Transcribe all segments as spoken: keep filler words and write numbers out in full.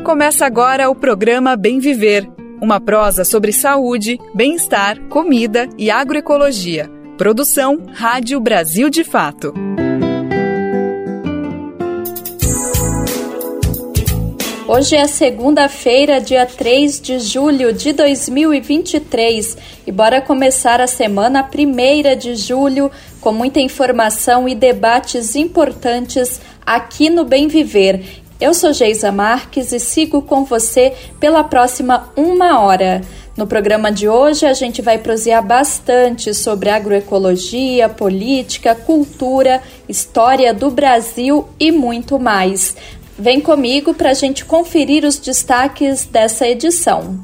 Começa agora o programa Bem Viver, uma prosa sobre saúde, bem-estar, comida e agroecologia. Produção Rádio Brasil de Fato. Hoje é segunda-feira, dia três de julho de dois mil e vinte e três, e bora começar a semana primeira de julho com muita informação e debates importantes aqui no Bem Viver. Eu sou Geisa Marques e sigo com você pela próxima uma hora. No programa de hoje a gente vai prosear bastante sobre agroecologia, política, cultura, história do Brasil e muito mais. Vem comigo para a gente conferir os destaques dessa edição.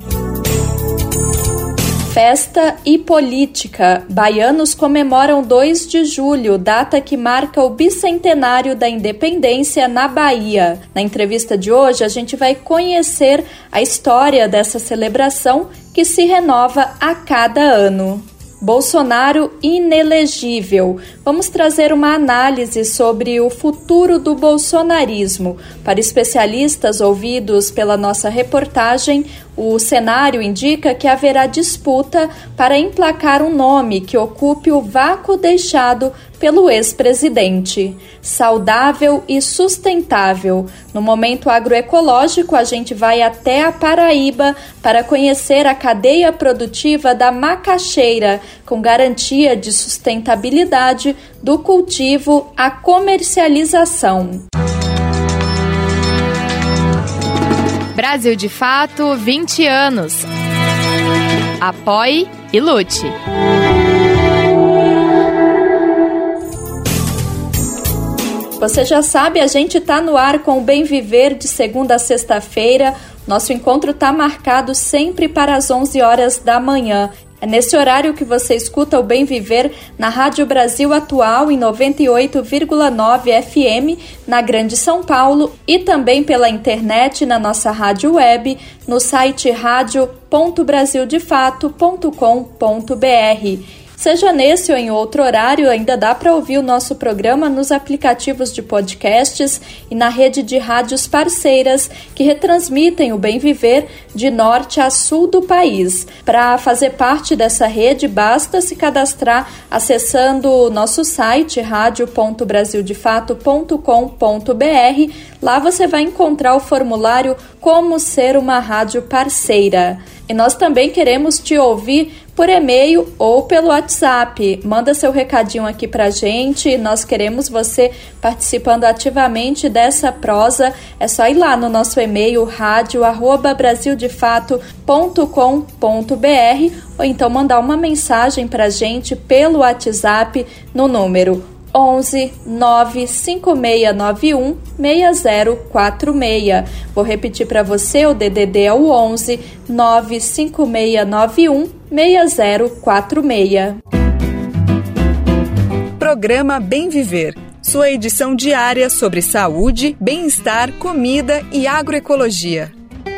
Festa e política. Baianos comemoram dois de julho, data que marca o bicentenário da independência na Bahia. Na entrevista de hoje, a gente vai conhecer a história dessa celebração que se renova a cada ano. Bolsonaro inelegível. Vamos trazer uma análise sobre o futuro do bolsonarismo. Para especialistas ouvidos pela nossa reportagem, o cenário indica que haverá disputa para emplacar um nome que ocupe o vácuo deixado pelo ex-presidente. Saudável e sustentável. No momento agroecológico, a gente vai até a Paraíba para conhecer a cadeia produtiva da macaxeira, com garantia de sustentabilidade do cultivo à comercialização. Brasil de Fato, vinte anos. Apoie e lute. Você já sabe, a gente está no ar com o Bem Viver de segunda a sexta-feira. Nosso encontro está marcado sempre para as onze horas da manhã. É nesse horário que você escuta o Bem Viver na Rádio Brasil Atual em noventa e oito vírgula nove F M na Grande São Paulo e também pela internet na nossa rádio web no site radio ponto brasil de fato ponto com ponto b r. Seja nesse ou em outro horário, ainda dá para ouvir o nosso programa nos aplicativos de podcasts e na rede de rádios parceiras que retransmitem o Bem Viver de norte a sul do país. Para fazer parte dessa rede, basta se cadastrar acessando o nosso site radio ponto brasil de fato ponto com ponto b r. Lá você vai encontrar o formulário Como Ser uma Rádio Parceira. E nós também queremos te ouvir por e-mail ou pelo WhatsApp. Manda seu recadinho aqui pra gente. Nós queremos você participando ativamente dessa prosa. É só ir lá no nosso e-mail rádio arroba brasil de fato ponto com ponto b r ou então mandar uma mensagem pra gente pelo WhatsApp no número onze nove cinco seis nove um seis zero quatro seis. Vou repetir para você, o D D D é o onze nove cinco seis nove um seis zero quatro seis. Programa Bem Viver, sua edição diária sobre saúde, bem-estar, comida e agroecologia.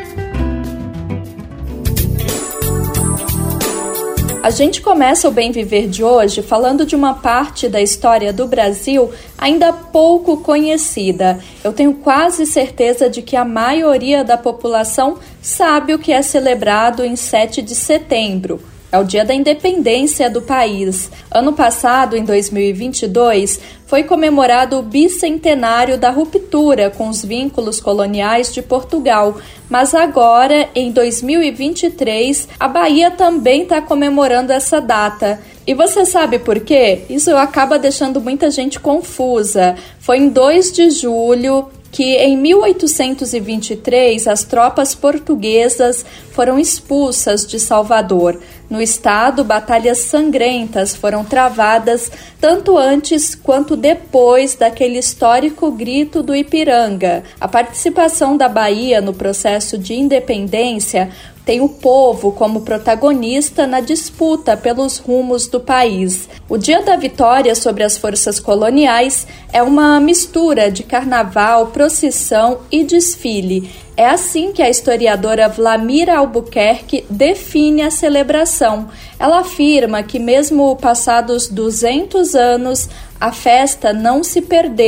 A gente começa o Bem Viver de hoje falando de uma parte da história do Brasil ainda pouco conhecida. Eu tenho quase certeza de que a maioria da população sabe o que é celebrado em sete de setembro. É o dia da independência do país. Ano passado, em dois mil e vinte e dois, foi comemorado o bicentenário da ruptura com os vínculos coloniais de Portugal. Mas agora, em dois mil e vinte e três, a Bahia também está comemorando essa data. E você sabe por quê? Isso acaba deixando muita gente confusa. Foi em dois de julho que em mil oitocentos e vinte e três as tropas portuguesas foram expulsas de Salvador. No estado, batalhas sangrentas foram travadas tanto antes quanto depois daquele histórico grito do Ipiranga. A participação da Bahia no processo de independência tem o povo como protagonista na disputa pelos rumos do país. O Dia da Vitória sobre as forças coloniais é uma mistura de carnaval, procissão e desfile. É assim que a historiadora Vlamira Albuquerque define a celebração. Ela afirma que mesmo passados duzentos anos, a festa não se perdeu,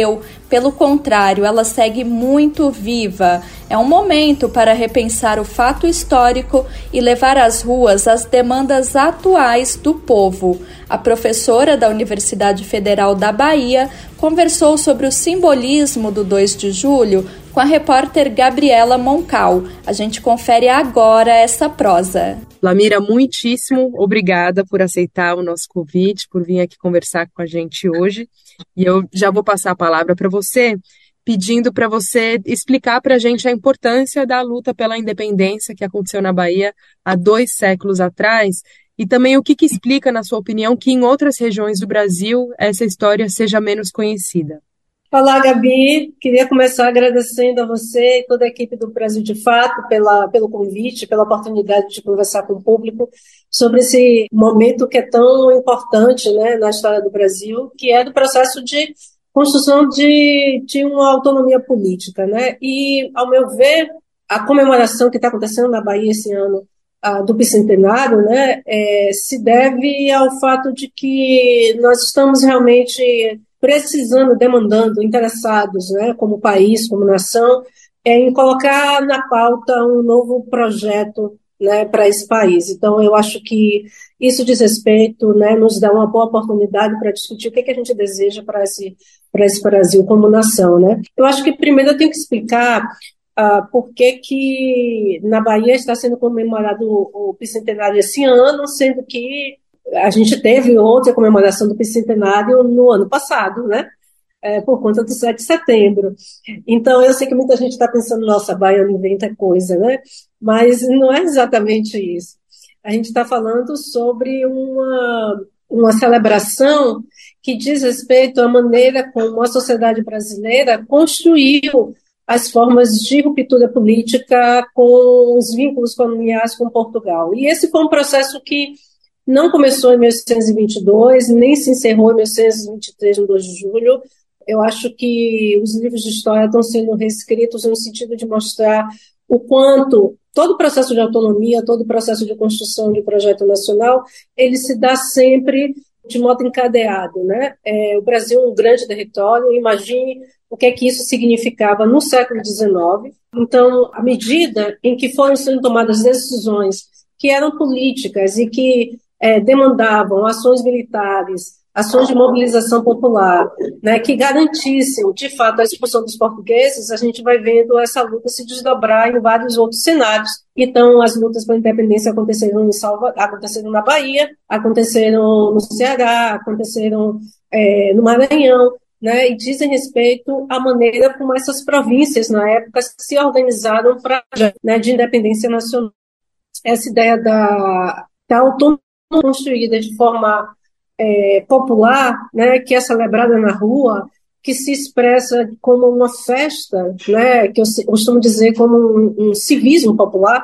Pelo contrário, ela segue muito viva. É um momento para repensar o fato histórico e levar às ruas as demandas atuais do povo. A professora da Universidade Federal da Bahia conversou sobre o simbolismo do dois de julho com a repórter Gabriela Moncal. A gente confere agora essa prosa. Lamira, muitíssimo obrigada por aceitar o nosso convite, por vir aqui conversar com a gente hoje. E eu já vou passar a palavra para você, pedindo para você explicar para a gente a importância da luta pela independência que aconteceu na Bahia há dois séculos atrás e também o que, que explica, na sua opinião, que em outras regiões do Brasil essa história seja menos conhecida. Olá, Gabi. Queria começar agradecendo a você e toda a equipe do Brasil de Fato pela, pelo convite, pela oportunidade de conversar com o público sobre esse momento que é tão importante, né, na história do Brasil, que é do processo de construção de, de uma autonomia política, né? E, ao meu ver, a comemoração que está acontecendo na Bahia esse ano, a, do bicentenário, né, é, se deve ao fato de que nós estamos realmente precisando, demandando, interessados, né, como país, como nação, é, em colocar na pauta um novo projeto, né, para esse país. Então, eu acho que isso diz respeito, né, nos dá uma boa oportunidade para discutir o que, é que a gente deseja para esse, para esse Brasil como nação, né. Eu acho que primeiro eu tenho que explicar uh, por que que na Bahia está sendo comemorado o, o bicentenário esse ano, sendo que a gente teve outra comemoração do bicentenário no ano passado, né? É, por conta do sete de setembro. Então, eu sei que muita gente está pensando, nossa, a Bahia não inventa coisa, né? Mas não é exatamente isso. A gente está falando sobre uma, uma celebração que diz respeito à maneira como a sociedade brasileira construiu as formas de ruptura política com os vínculos coloniais com Portugal. E esse foi um processo que não começou em mil oitocentos e vinte e dois, nem se encerrou em mil oitocentos e vinte e três, no dois de julho. Eu acho que os livros de história estão sendo reescritos no sentido de mostrar o quanto todo o processo de autonomia, todo o processo de construção de projeto nacional, ele se dá sempre de modo encadeado, né? É, o Brasil é um grande território, imagine o que é que isso significava no século dezenove. Então, à medida em que foram sendo tomadas decisões que eram políticas e que É, demandavam ações militares, ações de mobilização popular, né, que garantissem, de fato, a expulsão dos portugueses, a gente vai vendo essa luta se desdobrar em vários outros cenários. Então, as lutas pela independência aconteceram, em Salva... aconteceram na Bahia, aconteceram no Ceará, aconteceram é, no Maranhão, né, e dizem respeito à maneira como essas províncias, na época, se organizaram para, né, de independência nacional. Essa ideia da, da autonomia construída de forma é, popular, né, que é celebrada na rua, que se expressa como uma festa, né, que eu costumo dizer como um, um civismo popular,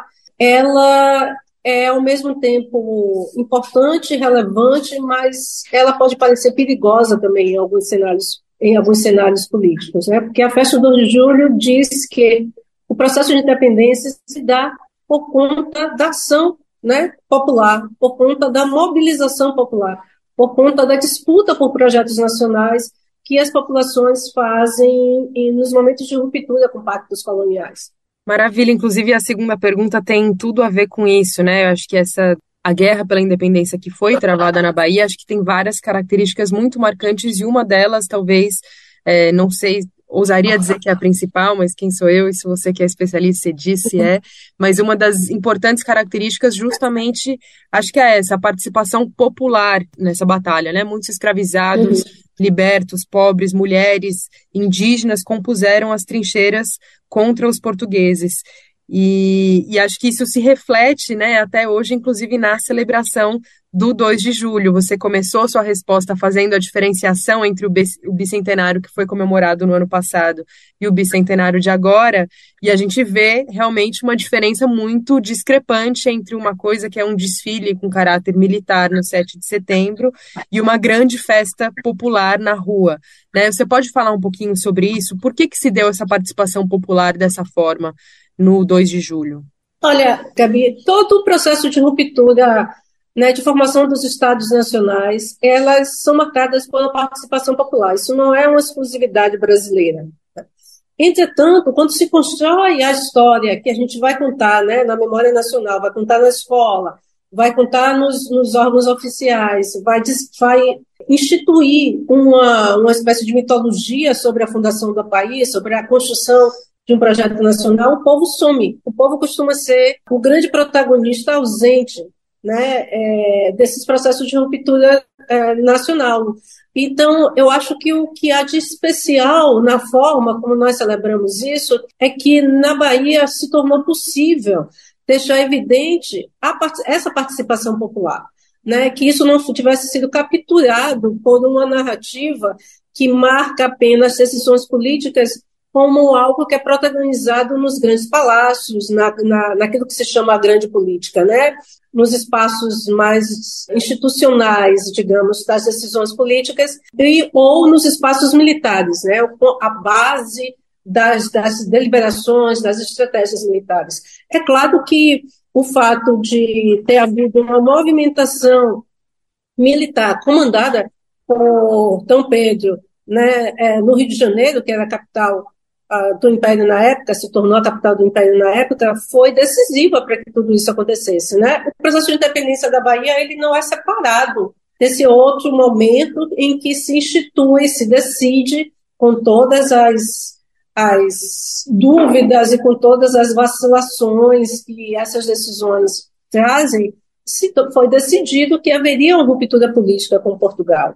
ela é ao mesmo tempo importante, relevante, mas ela pode parecer perigosa também em alguns cenários, em alguns cenários políticos, né, porque a festa do dois de julho diz que o processo de independência se dá por conta da ação, né, popular, por conta da mobilização popular, por conta da disputa por projetos nacionais que as populações fazem nos momentos de ruptura com pactos coloniais. Maravilha, inclusive a segunda pergunta tem tudo a ver com isso, né? Eu acho que essa a guerra pela independência que foi travada na Bahia, acho que tem várias características muito marcantes e uma delas, talvez, é, não sei, ousaria dizer que é a principal, mas quem sou eu? E se você que é especialista, você disse é. Mas uma das importantes características justamente, acho que é essa, a participação popular nessa batalha, né? Muitos escravizados, uhum. libertos, pobres, mulheres, indígenas compuseram as trincheiras contra os portugueses. E, e acho que isso se reflete, né, até hoje, inclusive na celebração do dois de julho. Você começou sua resposta fazendo a diferenciação entre o bicentenário que foi comemorado no ano passado e o bicentenário de agora, e a gente vê realmente uma diferença muito discrepante entre uma coisa que é um desfile com caráter militar no sete de setembro e uma grande festa popular na rua, né? Você pode falar um pouquinho sobre isso? Por que que se deu essa participação popular dessa forma no dois de julho? Olha, Gabi, todo o processo de ruptura né, de formação dos estados nacionais, elas são marcadas pela participação popular. Isso não é uma exclusividade brasileira. Entretanto, quando se constrói a história que a gente vai contar, né, na memória nacional, vai contar na escola, vai contar nos, nos órgãos oficiais, vai, vai instituir uma, uma espécie de mitologia sobre a fundação do país, sobre a construção de um projeto nacional, o povo some. O povo costuma ser o grande protagonista ausente, né, é, desses processos de ruptura é, nacional. Então, eu acho que o que há de especial na forma como nós celebramos isso é que na Bahia se tornou possível deixar evidente a, essa participação popular, né, que isso não tivesse sido capturado por uma narrativa que marca apenas decisões políticas como algo que é protagonizado nos grandes palácios, na, na, naquilo que se chama a grande política, né? Nos espaços mais institucionais, digamos, das decisões políticas, e, ou nos espaços militares, né? A base das, das deliberações, das estratégias militares. É claro que o fato de ter havido uma movimentação militar comandada por Dom Pedro, né, é, no Rio de Janeiro, que era a capital uh, do Império na época, se tornou a capital do Império na época, foi decisiva para que tudo isso acontecesse, né? O processo de independência da Bahia, ele não é separado desse outro momento em que se institui, se decide, com todas as, as dúvidas e com todas as vacilações que essas decisões trazem, se foi decidido que haveria uma ruptura política com Portugal.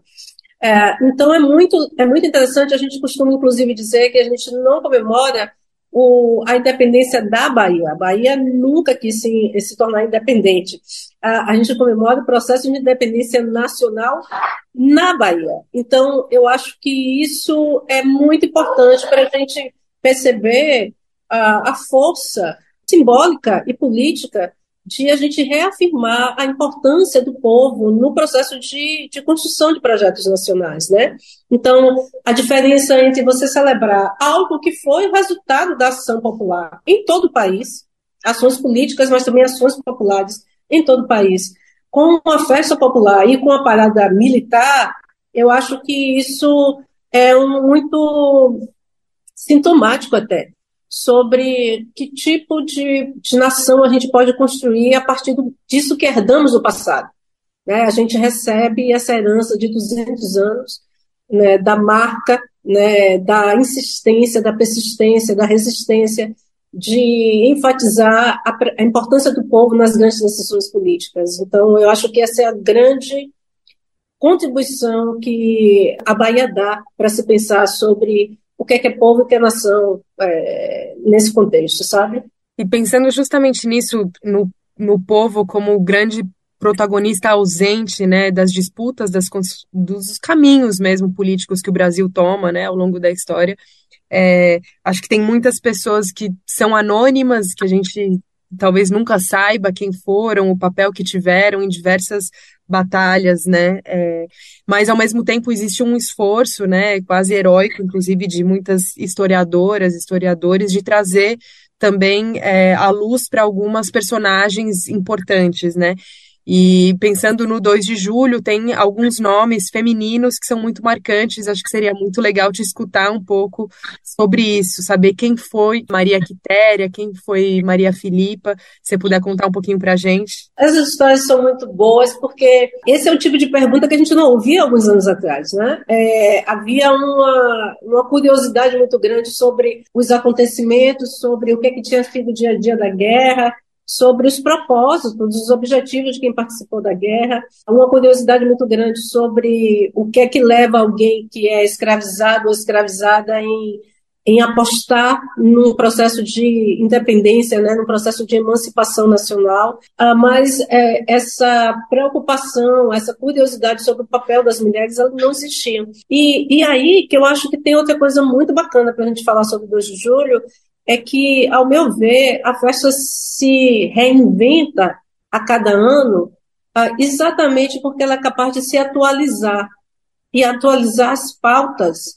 É, então é muito, é muito interessante, a gente costuma inclusive dizer que a gente não comemora o, a independência da Bahia. A Bahia nunca quis se, se tornar independente. A, a gente comemora o processo de independência nacional na Bahia. Então eu acho que isso é muito importante para a gente perceber a, a força simbólica e política de a gente reafirmar a importância do povo no processo de, de construção de projetos nacionais, né? Então, a diferença entre você celebrar algo que foi o resultado da ação popular em todo o país, ações políticas, mas também ações populares em todo o país, com uma festa popular e com a parada militar, eu acho que isso é um, muito sintomático até, sobre que tipo de, de nação a gente pode construir a partir do, disso que herdamos do passado. Né? A gente recebe essa herança de duzentos anos, né, da marca, né, da insistência, da persistência, da resistência, de enfatizar a, a importância do povo nas grandes decisões políticas. Então, eu acho que essa é a grande contribuição que a Bahia dá para se pensar sobre o que é, que é povo e o que é nação é, nesse contexto, sabe? E pensando justamente nisso, no, no povo como o grande protagonista ausente, né, das disputas, das, dos caminhos mesmo políticos que o Brasil toma, né, ao longo da história, é, acho que tem muitas pessoas que são anônimas, que a gente talvez nunca saiba quem foram, o papel que tiveram em diversas batalhas, né, é, mas ao mesmo tempo existe um esforço, né, quase heróico, inclusive de muitas historiadoras, historiadores, de trazer também é, a luz para algumas personagens importantes, né, e pensando no dois de julho, tem alguns nomes femininos que são muito marcantes, acho que seria muito legal te escutar um pouco sobre isso, saber quem foi Maria Quitéria, quem foi Maria Filipa, se você puder contar um pouquinho pra gente. Essas histórias são muito boas, porque esse é o tipo de pergunta que a gente não ouvia alguns anos atrás, né? É, havia uma, uma curiosidade muito grande sobre os acontecimentos, sobre o que, é que tinha sido o dia a dia da guerra, sobre os propósitos, os objetivos de quem participou da guerra, uma curiosidade muito grande sobre o que é que leva alguém que é escravizado ou escravizada em, em apostar num processo de independência, né, num processo de emancipação nacional, ah, mas é, essa preocupação, essa curiosidade sobre o papel das mulheres, ela não existia. E, e aí que eu acho que tem outra coisa muito bacana para a gente falar sobre o dois de julho, é que, ao meu ver, a festa se reinventa a cada ano uh, exatamente porque ela é capaz de se atualizar e atualizar as pautas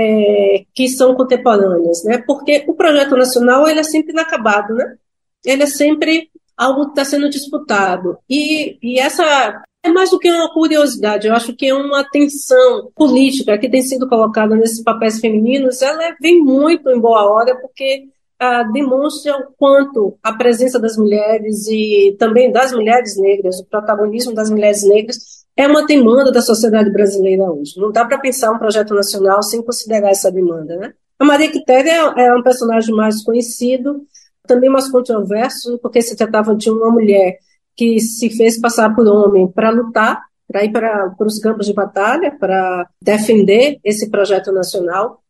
é, que são contemporâneas, né? Porque o projeto nacional ele é sempre inacabado, né? Ele é sempre algo que está sendo disputado. E, e essa é mais do que uma curiosidade, eu acho que é uma tensão política que tem sido colocada nesses papéis femininos, ela vem muito em boa hora, porque ah, demonstra o quanto a presença das mulheres e também das mulheres negras, o protagonismo das mulheres negras, é uma demanda da sociedade brasileira hoje. Não dá para pensar um projeto nacional sem considerar essa demanda, né? A Maria Quitéria é um personagem mais conhecido, também mais controverso, porque se tratava de uma mulher que se fez passar por homem para lutar, para ir para, para os campos de batalha, para defender esse projeto nacional.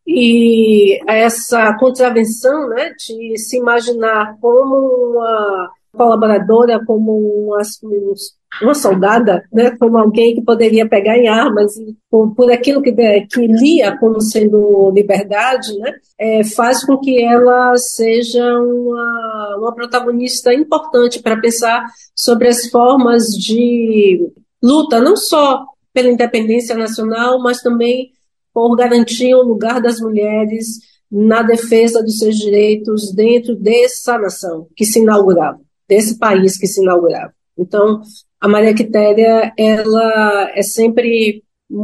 E essa contravenção, né, de se imaginar como uma colaboradora, como uma, uma soldada, né, como alguém que poderia pegar em armas e, por, por aquilo que, que lia como sendo liberdade, né, é, faz com que ela seja uma, uma protagonista importante para pensar sobre as formas de luta, não só pela independência nacional, mas também por garantir o lugar das mulheres na defesa dos seus direitos dentro dessa nação que se inaugurava, desse país que se inaugurava. Então, a Maria Quitéria, ela é sempre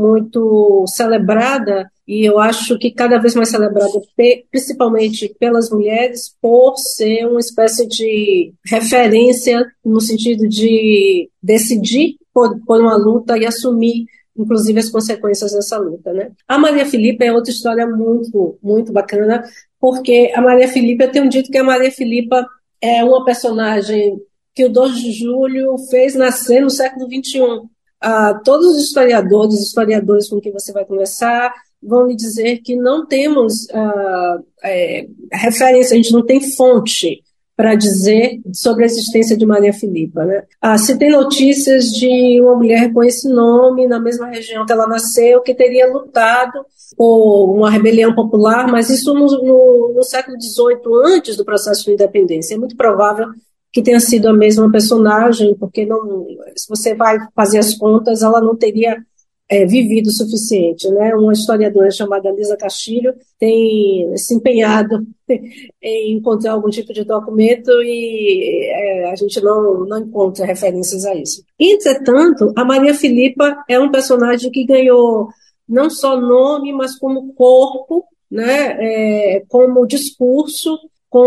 muito celebrada, e eu acho que cada vez mais celebrada, principalmente pelas mulheres, por ser uma espécie de referência no sentido de decidir por, por uma luta e assumir, inclusive, as consequências dessa luta, né? A Maria Filipa é outra história muito, muito bacana, porque a Maria Filipa, eu tenho dito que a Maria Filipa é uma personagem que o dois de julho fez nascer no século vinte e um. Ah, todos os historiadores, historiadores com quem você vai conversar, vão lhe dizer que não temos ah, é, referência, a gente não tem fonte para dizer sobre a existência de Maria Filipa, né? Ah, se tem notícias de uma mulher com esse nome na mesma região que ela nasceu, que teria lutado por uma rebelião popular, mas isso no, no, no século dezoito, antes do processo de independência. É muito provável que tenha sido a mesma personagem, porque não, se você vai fazer as contas, ela não teria é, vivido o suficiente, né? Uma historiadora chamada Lisa Castilho tem se empenhado em encontrar algum tipo de documento e é, a gente não, não encontra referências a isso. Entretanto, a Maria Filipa é um personagem que ganhou não só nome, mas como corpo, né? É, como discurso,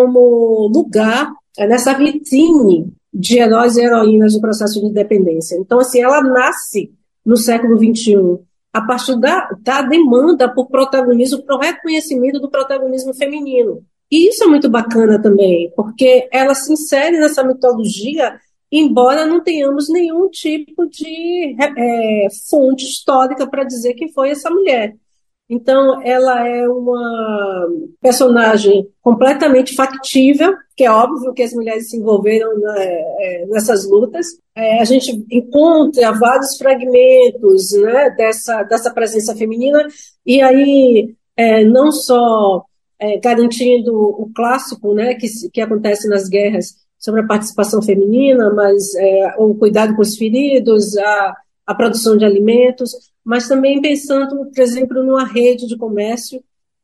como lugar nessa vitrine de heróis e heroínas do processo de independência. Então, assim, ela nasce no século vinte e um a partir da, da demanda por protagonismo, por reconhecimento do protagonismo feminino. E isso é muito bacana também, porque ela se insere nessa mitologia, embora não tenhamos nenhum tipo de é, fonte histórica para dizer quem foi essa mulher. Então, ela é uma personagem completamente factível, que é óbvio que as mulheres se envolveram na, é, nessas lutas. É, a gente encontra vários fragmentos, né, dessa, dessa presença feminina, e aí é, não só é, garantindo o clássico, né, que, que acontece nas guerras sobre a participação feminina, mas é, o cuidado com os feridos, a, a produção de alimentos, mas também pensando, por exemplo, numa rede de comércio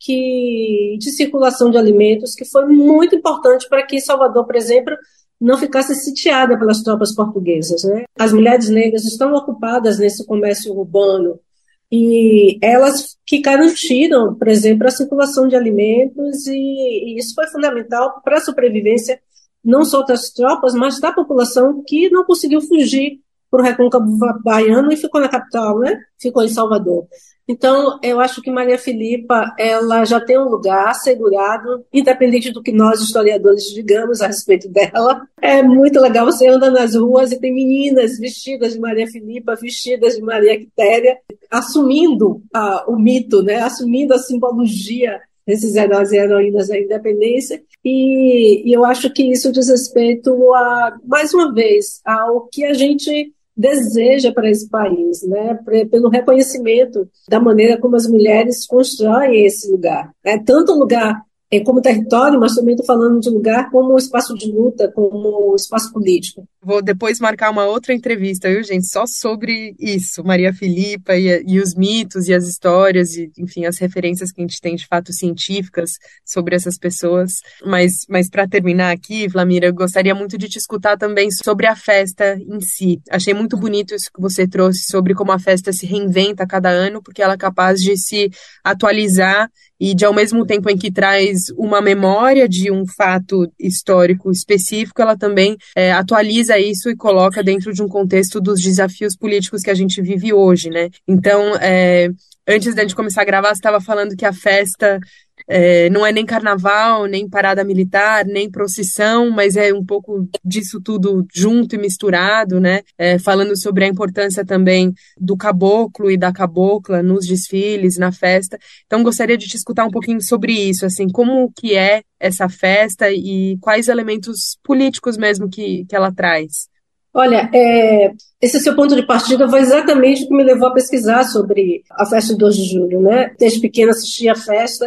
que, de circulação de alimentos, que foi muito importante para que Salvador, por exemplo, não ficasse sitiada pelas tropas portuguesas, né? As mulheres negras estão ocupadas nesse comércio urbano e elas que garantiram, por exemplo, a circulação de alimentos, e, e isso foi fundamental para a sobrevivência não só das tropas, mas da população que não conseguiu fugir para o Recôncavo Baiano e ficou na capital, né? Ficou em Salvador. Então, eu acho que Maria Filipa, ela já tem um lugar assegurado, independente do que nós, historiadores, digamos a respeito dela. É muito legal, você anda nas ruas e tem meninas vestidas de Maria Filipa, vestidas de Maria Quitéria, assumindo ah, o mito, né? Assumindo a simbologia desses heróis e heroínas da independência, e, e eu acho que isso diz respeito, a, mais uma vez, ao que a gente deseja para esse país, né? Pelo reconhecimento da maneira como as mulheres constroem esse lugar, né? Tanto o lugar é, como território, mas também estou falando de lugar como espaço de luta, como espaço político. Vou depois marcar uma outra entrevista, viu, gente? Só sobre isso, Maria Filipa e, e os mitos e as histórias, e, enfim, as referências que a gente tem de fato científicas sobre essas pessoas. Mas, mas para terminar aqui, Vlamira, eu gostaria muito de te escutar também sobre a festa em si. Achei muito bonito isso que você trouxe sobre como a festa se reinventa a cada ano, porque ela é capaz de se atualizar e de, ao mesmo tempo em que traz uma memória de um fato histórico específico, ela também é, atualiza isso e coloca dentro de um contexto dos desafios políticos que a gente vive hoje, né? Então, é, antes da gente começar a gravar, você estava falando que a festa é, não é nem carnaval, nem parada militar, nem procissão, mas é um pouco disso tudo junto e misturado, né? É, falando sobre a importância também do caboclo e da cabocla nos desfiles, na festa. Então, gostaria de te escutar um pouquinho sobre isso, assim, como que é essa festa e quais elementos políticos mesmo que, que ela traz. Olha, é, esse seu ponto de partida foi exatamente o que me levou a pesquisar sobre a festa de dois de julho, né? Desde pequena assistia a festa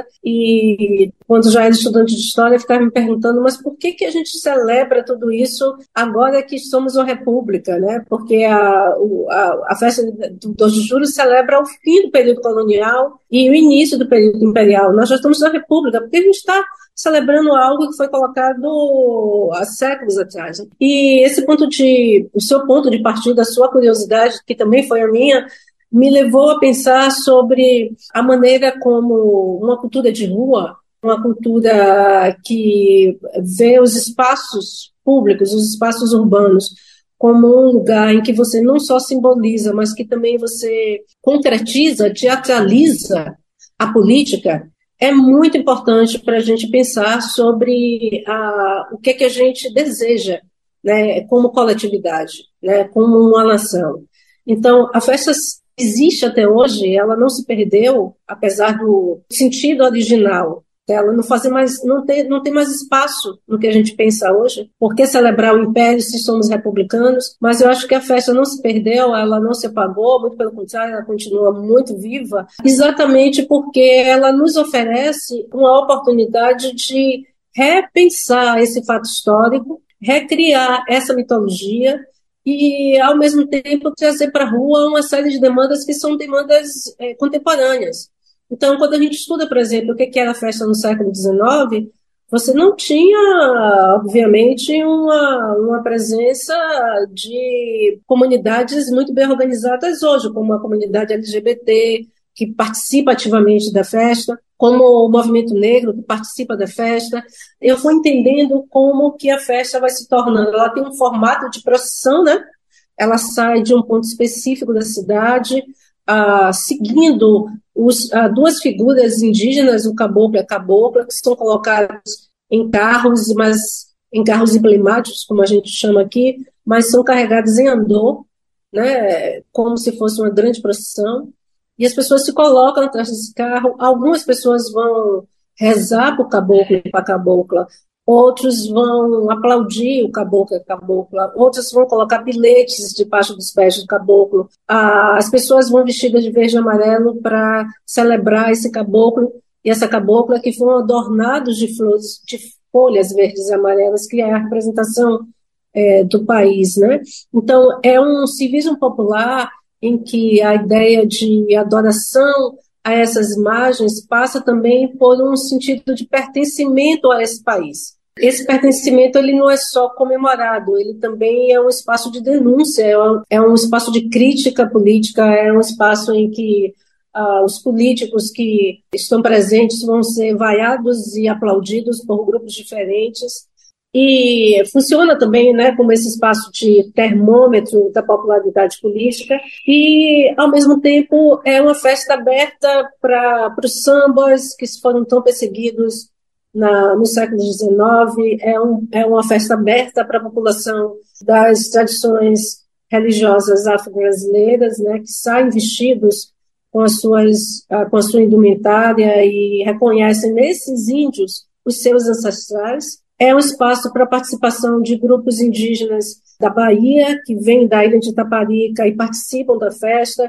e, quando já era estudante de história, ficava me perguntando, mas por que que a gente celebra tudo isso agora que somos uma república, né? Porque a, a, a festa do dois de julho celebra o fim do período colonial e o início do período imperial. Nós já estamos na república, porque a gente está celebrando algo que foi colocado há séculos atrás. E esse ponto de, o seu ponto de partida, a sua curiosidade, que também foi a minha, me levou a pensar sobre a maneira como uma cultura de rua, uma cultura que vê os espaços públicos, os espaços urbanos, como um lugar em que você não só simboliza, mas que também você concretiza, teatraliza a política, é muito importante para a gente pensar sobre a, o que, é que a gente deseja, né, como coletividade, né, como uma nação. Então, a festa existe até hoje, ela não se perdeu, apesar do sentido original dela não fazer mais, não tem, não tem mais espaço no que a gente pensa hoje. Por que celebrar o império se somos republicanos? Mas eu acho que a festa não se perdeu, ela não se apagou, muito pelo contrário, ela continua muito viva, exatamente porque ela nos oferece uma oportunidade de repensar esse fato histórico, recriar essa mitologia e, ao mesmo tempo, trazer para a rua uma série de demandas que são demandas é, contemporâneas. Então, quando a gente estuda, por exemplo, o que era a festa no século dezenove, você não tinha, obviamente, uma, uma presença de comunidades muito bem organizadas hoje, como a comunidade L G B T, que participa ativamente da festa, como o movimento negro, que participa da festa. Eu fui entendendo como que a festa vai se tornando. Ela tem um formato de procissão, né? Ela sai de um ponto específico da cidade, Uh, seguindo os, uh, duas figuras indígenas, o caboclo e a cabocla, que são colocados em carros, mas em carros emblemáticos, como a gente chama aqui, mas são carregados em andor, né, como se fosse uma grande procissão, e as pessoas se colocam atrás desse carro. Algumas pessoas vão rezar para o caboclo e para a cabocla, outros vão aplaudir o caboclo e a cabocla, outros vão colocar bilhetes debaixo dos pés do caboclo. As pessoas vão vestidas de verde e amarelo para celebrar esse caboclo e essa cabocla, que foram adornados de flores, de folhas verdes e amarelas, que é a representação é, do país, né? Então, é um civismo popular em que a ideia de adoração a essas imagens passa também por um sentido de pertencimento a esse país. Esse pertencimento, ele não é só comemorado, ele também é um espaço de denúncia, é um, é um espaço de crítica política, é um espaço em que uh, os políticos que estão presentes vão ser vaiados e aplaudidos por grupos diferentes. E funciona também, né, como esse espaço de termômetro da popularidade política e, ao mesmo tempo, é uma festa aberta para os sambas que foram tão perseguidos na, no século dezenove, é, um, é uma festa aberta para a população das tradições religiosas afro-brasileiras, né, que saem vestidos com, as suas, com a sua indumentária e reconhecem nesses índios os seus ancestrais. É um espaço para a participação de grupos indígenas da Bahia, que vêm da ilha de Itaparica e participam da festa.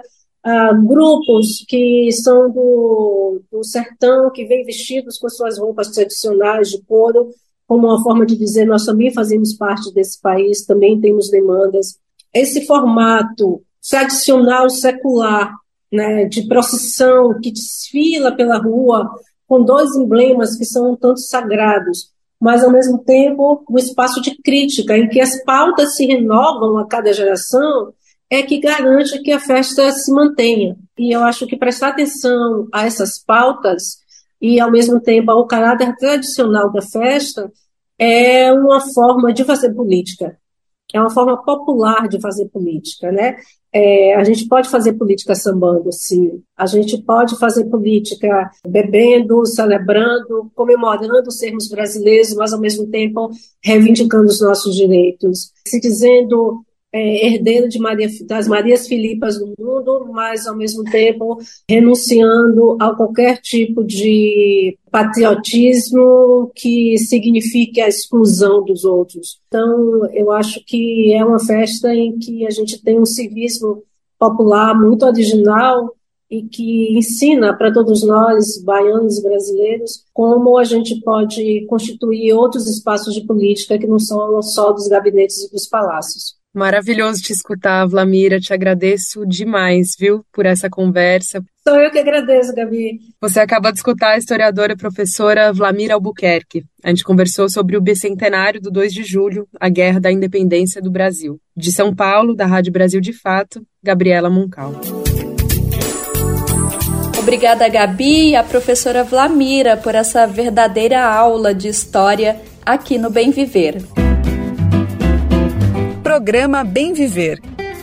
ah, grupos que são do, do sertão, que vêm vestidos com suas roupas tradicionais de couro, como uma forma de dizer, nós também fazemos parte desse país, também temos demandas. Esse formato tradicional, secular, né, de procissão, que desfila pela rua, com dois emblemas que são um tanto sagrados, mas, ao mesmo tempo, um espaço de crítica, em que as pautas se renovam a cada geração, é que garante que a festa se mantenha. E eu acho que prestar atenção a essas pautas e, ao mesmo tempo, ao caráter tradicional da festa é uma forma de fazer política. É uma forma popular de fazer política, né? É, a gente pode fazer política sambando, sim. A gente pode fazer política bebendo, celebrando, comemorando sermos brasileiros, mas, ao mesmo tempo, reivindicando os nossos direitos. Se dizendo é, herdeiro de Maria, das Marias Filipas do mundo, mas, ao mesmo tempo, renunciando a qualquer tipo de patriotismo que signifique a exclusão dos outros. Então, eu acho que é uma festa em que a gente tem um civismo popular muito original e que ensina para todos nós, baianos e brasileiros, como a gente pode constituir outros espaços de política que não são só dos gabinetes e dos palácios. Maravilhoso te escutar, Vlamira. Te agradeço demais, viu, por essa conversa. Sou eu que agradeço, Gabi. Você acabou de escutar a historiadora e professora Vlamira Albuquerque. A gente conversou sobre o bicentenário do dois de julho, a Guerra da Independência do Brasil. De São Paulo, da Rádio Brasil de Fato, Gabriela Moncal. Obrigada, Gabi, e a professora Vlamira, por essa verdadeira aula de história aqui no Bem Viver. Programa Bem Viver.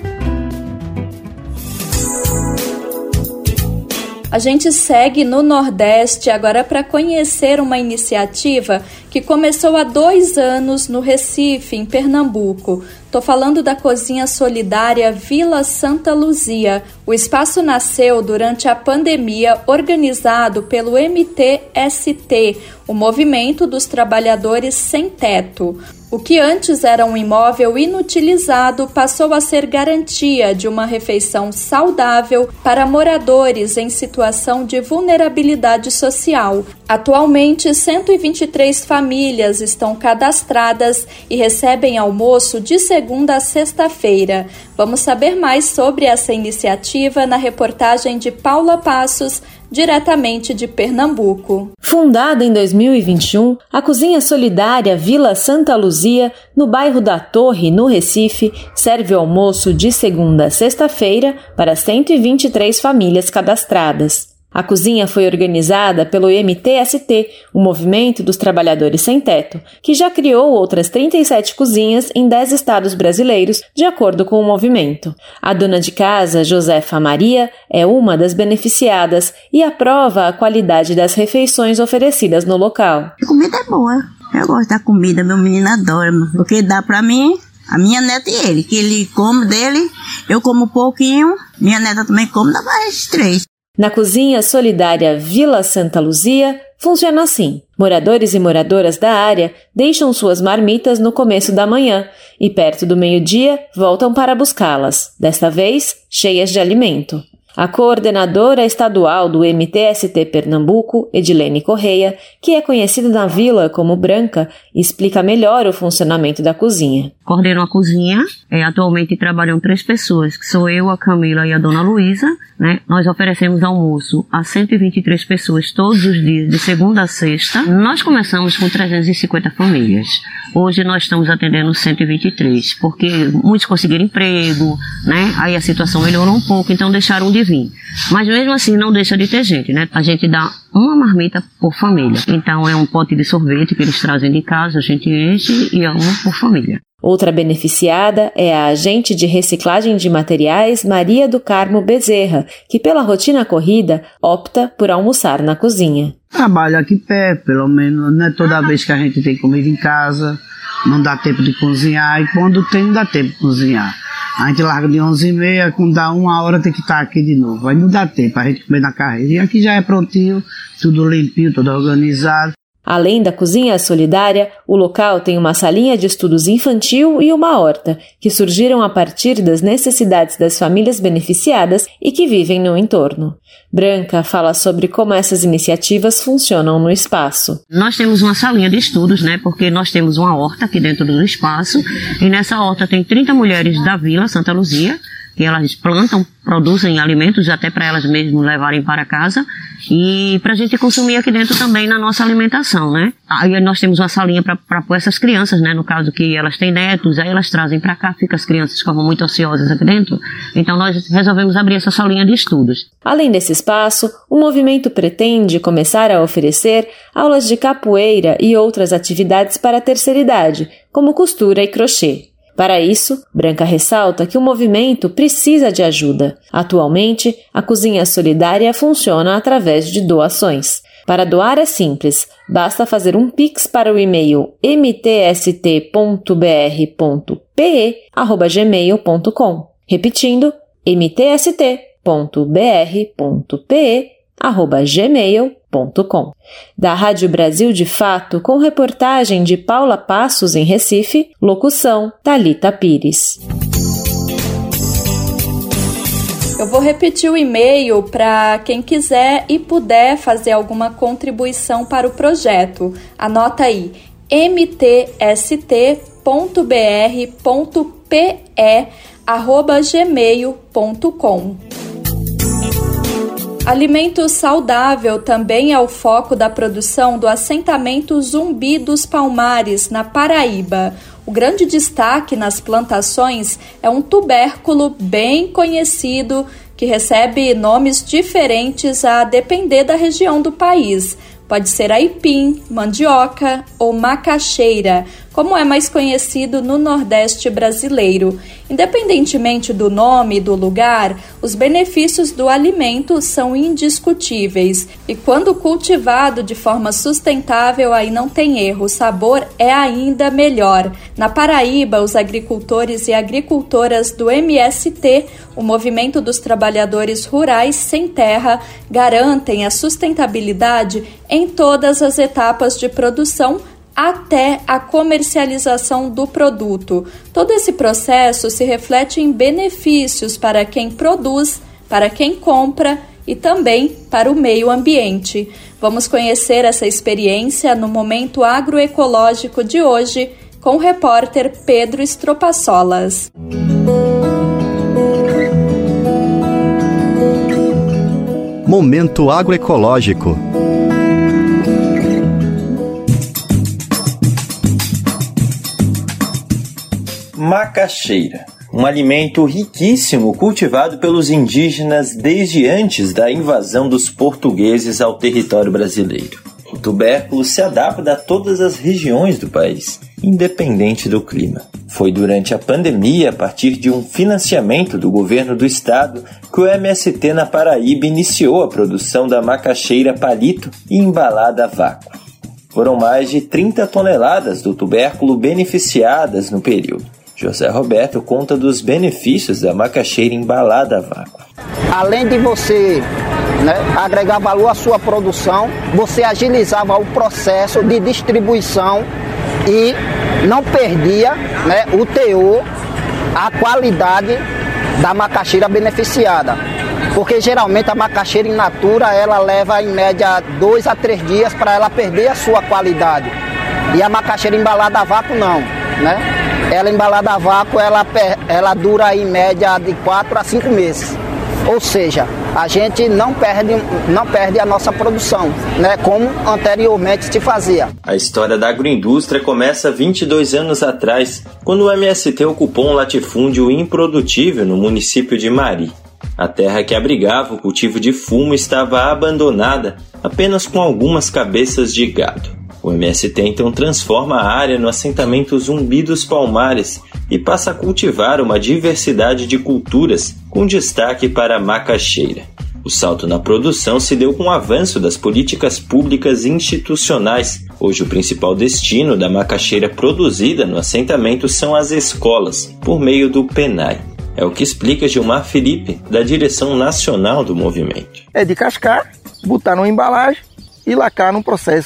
A gente segue no Nordeste agora para conhecer uma iniciativa que começou há dois anos no Recife, em Pernambuco. Estou falando da Cozinha Solidária Vila Santa Luzia. O espaço nasceu durante a pandemia, organizado pelo M T S T, o Movimento dos Trabalhadores Sem Teto. O que antes era um imóvel inutilizado passou a ser garantia de uma refeição saudável para moradores em situação de vulnerabilidade social. Atualmente, cento e vinte e três famílias estão cadastradas e recebem almoço de segunda a sexta-feira. Vamos saber mais sobre essa iniciativa na reportagem de Paula Passos, diretamente de Pernambuco. Fundada em dois mil e vinte e um, a Cozinha Solidária Vila Santa Luzia, no bairro da Torre, no Recife, serve o almoço de segunda a sexta-feira para cento e vinte e três famílias cadastradas. A cozinha foi organizada pelo M T S T, o Movimento dos Trabalhadores Sem Teto, que já criou outras trinta e sete cozinhas em dez estados brasileiros, de acordo com o movimento. A dona de casa, Josefa Maria, é uma das beneficiadas e aprova a qualidade das refeições oferecidas no local. A comida é boa. Eu gosto da comida, meu menino adora, porque dá pra mim, a minha neta e ele, que ele come dele, eu como um pouquinho, minha neta também come, dá mais três. Na Cozinha Solidária Vila Santa Luzia, funciona assim. Moradores e moradoras da área deixam suas marmitas no começo da manhã e, perto do meio-dia, voltam para buscá-las, desta vez cheias de alimento. A coordenadora estadual do M T S T Pernambuco, Edilene Correia, que é conhecida na vila como Branca, explica melhor o funcionamento da cozinha. Coordeno a cozinha, é, atualmente trabalham três pessoas, que sou eu, a Camila e a dona Luísa, né? Nós oferecemos almoço a cento e vinte e três pessoas todos os dias, de segunda a sexta. Nós começamos com trezentas e cinquenta famílias. Hoje nós estamos atendendo cento e vinte e três, porque muitos conseguiram emprego, né? Aí a situação melhorou um pouco, então deixaram de vir. Mas mesmo assim não deixa de ter gente, né? A gente dá uma marmita por família. Então é um pote de sorvete que eles trazem de casa, a gente enche e é uma por família. Outra beneficiada é a agente de reciclagem de materiais Maria do Carmo Bezerra, que pela rotina corrida opta por almoçar na cozinha. Trabalho aqui perto, pelo menos, não é toda vez que a gente tem comida em casa, não dá tempo de cozinhar, e quando tem, não dá tempo de cozinhar. A gente larga de onze e meia, quando dá uma hora tem que estar aqui de novo, aí não dá tempo a gente comer na carreira. E aqui já é prontinho, tudo limpinho, tudo organizado. Além da cozinha solidária, o local tem uma salinha de estudos infantil e uma horta, que surgiram a partir das necessidades das famílias beneficiadas e que vivem no entorno. Branca fala sobre como essas iniciativas funcionam no espaço. Nós temos uma salinha de estudos, né, porque nós temos uma horta aqui dentro do espaço, e nessa horta tem trinta mulheres da Vila Santa Luzia, que elas plantam, produzem alimentos até para elas mesmas levarem para casa e para a gente consumir aqui dentro também na nossa alimentação, né? Aí nós temos uma salinha para pôr essas crianças, né? No caso que elas têm netos, aí elas trazem para cá, fica as crianças ficam muito ansiosas aqui dentro, então nós resolvemos abrir essa salinha de estudos. Além desse espaço, o movimento pretende começar a oferecer aulas de capoeira e outras atividades para a terceira idade, como costura e crochê. Para isso, Branca ressalta que o movimento precisa de ajuda. Atualmente, a cozinha solidária funciona através de doações. Para doar é simples, basta fazer um pix para o e-mail m t s t ponto b r ponto p e arroba gmail ponto com. Repetindo, m t s t ponto b r ponto p e arroba gmail ponto com. Da Rádio Brasil de Fato, com reportagem de Paula Passos em Recife, locução Thalita Pires. Eu vou repetir o e-mail para quem quiser e puder fazer alguma contribuição para o projeto. Anota aí, m t s t ponto b r ponto p e arroba gmail ponto com. Alimento saudável também é o foco da produção do assentamento Zumbi dos Palmares, na Paraíba. O grande destaque nas plantações é um tubérculo bem conhecido que recebe nomes diferentes a depender da região do país. Pode ser aipim, mandioca ou macaxeira, como é mais conhecido no Nordeste brasileiro. Independentemente do nome e do lugar, os benefícios do alimento são indiscutíveis. E quando cultivado de forma sustentável, aí não tem erro, o sabor é ainda melhor. Na Paraíba, os agricultores e agricultoras do M S T, o Movimento dos Trabalhadores Rurais Sem Terra, garantem a sustentabilidade em todas as etapas de produção até a comercialização do produto. Todo esse processo se reflete em benefícios para quem produz, para quem compra e também para o meio ambiente. Vamos conhecer essa experiência no Momento Agroecológico de hoje com o repórter Pedro Estropaçolas. Momento Agroecológico. Macaxeira, um alimento riquíssimo cultivado pelos indígenas desde antes da invasão dos portugueses ao território brasileiro. O tubérculo se adapta a todas as regiões do país, independente do clima. Foi durante a pandemia, a partir de um financiamento do governo do estado, que o M S T na Paraíba iniciou a produção da macaxeira palito e embalada a vácuo. Foram mais de trinta toneladas do tubérculo beneficiadas no período. José Roberto conta dos benefícios da macaxeira embalada a vácuo. Além de você, né, agregar valor à sua produção, você agilizava o processo de distribuição e não perdia, né, o teor, a qualidade da macaxeira beneficiada. Porque geralmente a macaxeira in natura ela leva em média dois a três dias para ela perder a sua qualidade. E a macaxeira embalada a vácuo não, né? Ela embalada a vácuo, ela, ela dura em média de quatro a cinco meses. Ou seja, a gente não perde, não perde a nossa produção, né, como anteriormente se fazia. A história da agroindústria começa vinte e dois anos atrás, quando o M S T ocupou um latifúndio improdutível no município de Mari. A terra que abrigava o cultivo de fumo estava abandonada, apenas com algumas cabeças de gado. O M S T então transforma a área no assentamento Zumbi dos Palmares e passa a cultivar uma diversidade de culturas, com destaque para a macaxeira. O salto na produção se deu com o avanço das políticas públicas institucionais. Hoje o principal destino da macaxeira produzida no assentamento são as escolas, por meio do PENAI. É o que explica Gilmar Felipe, da direção nacional do movimento. É de cascar, botar numa embalagem e lacar num processo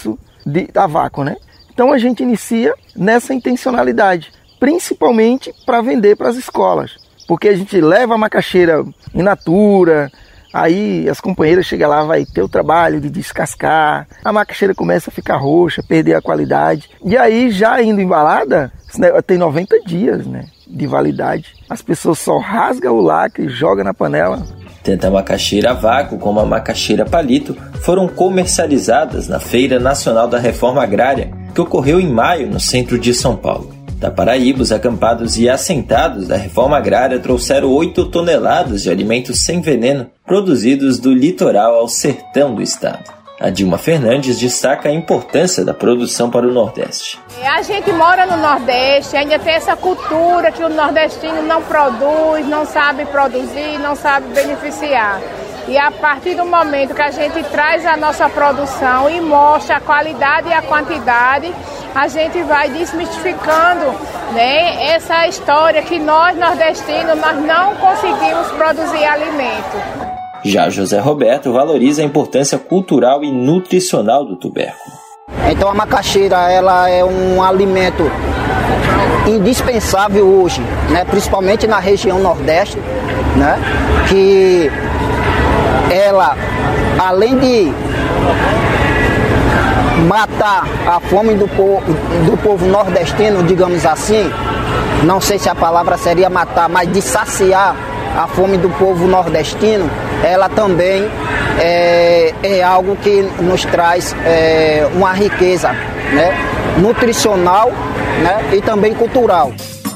de tabaco, né? Então a gente inicia nessa intencionalidade, principalmente para vender para as escolas, porque a gente leva a macaxeira in natura, aí as companheiras chegam lá, vai ter o trabalho de descascar, a macaxeira começa a ficar roxa, perder a qualidade, e aí já indo embalada, tem noventa dias, né, de validade. As pessoas só rasgam o lacre e jogam na panela. Tanto a macaxeira a vácuo como a macaxeira palito foram comercializadas na Feira Nacional da Reforma Agrária, que ocorreu em maio no centro de São Paulo. Da Paraíba, os acampados e assentados da Reforma Agrária trouxeram oito toneladas de alimentos sem veneno produzidos do litoral ao sertão do estado. A Dilma Fernandes destaca a importância da produção para o Nordeste. A gente mora no Nordeste, ainda tem essa cultura que o nordestino não produz, não sabe produzir, não sabe beneficiar. E a partir do momento que a gente traz a nossa produção e mostra a qualidade e a quantidade, a gente vai desmistificando, né, essa história que nós nordestinos nós não conseguimos produzir alimento. Já José Roberto valoriza a importância cultural e nutricional do tubérculo. Então a macaxeira ela é um alimento indispensável hoje, né, principalmente na região Nordeste, né, que ela, além de matar a fome do povo, do povo nordestino, digamos assim, não sei se a palavra seria matar, mas de saciar a fome do povo nordestino, ela também é, é algo que nos traz é, uma riqueza, né, nutricional, né, e também cultural.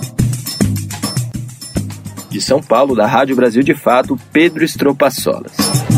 De São Paulo, da Rádio Brasil de Fato, Pedro Estropaçolas.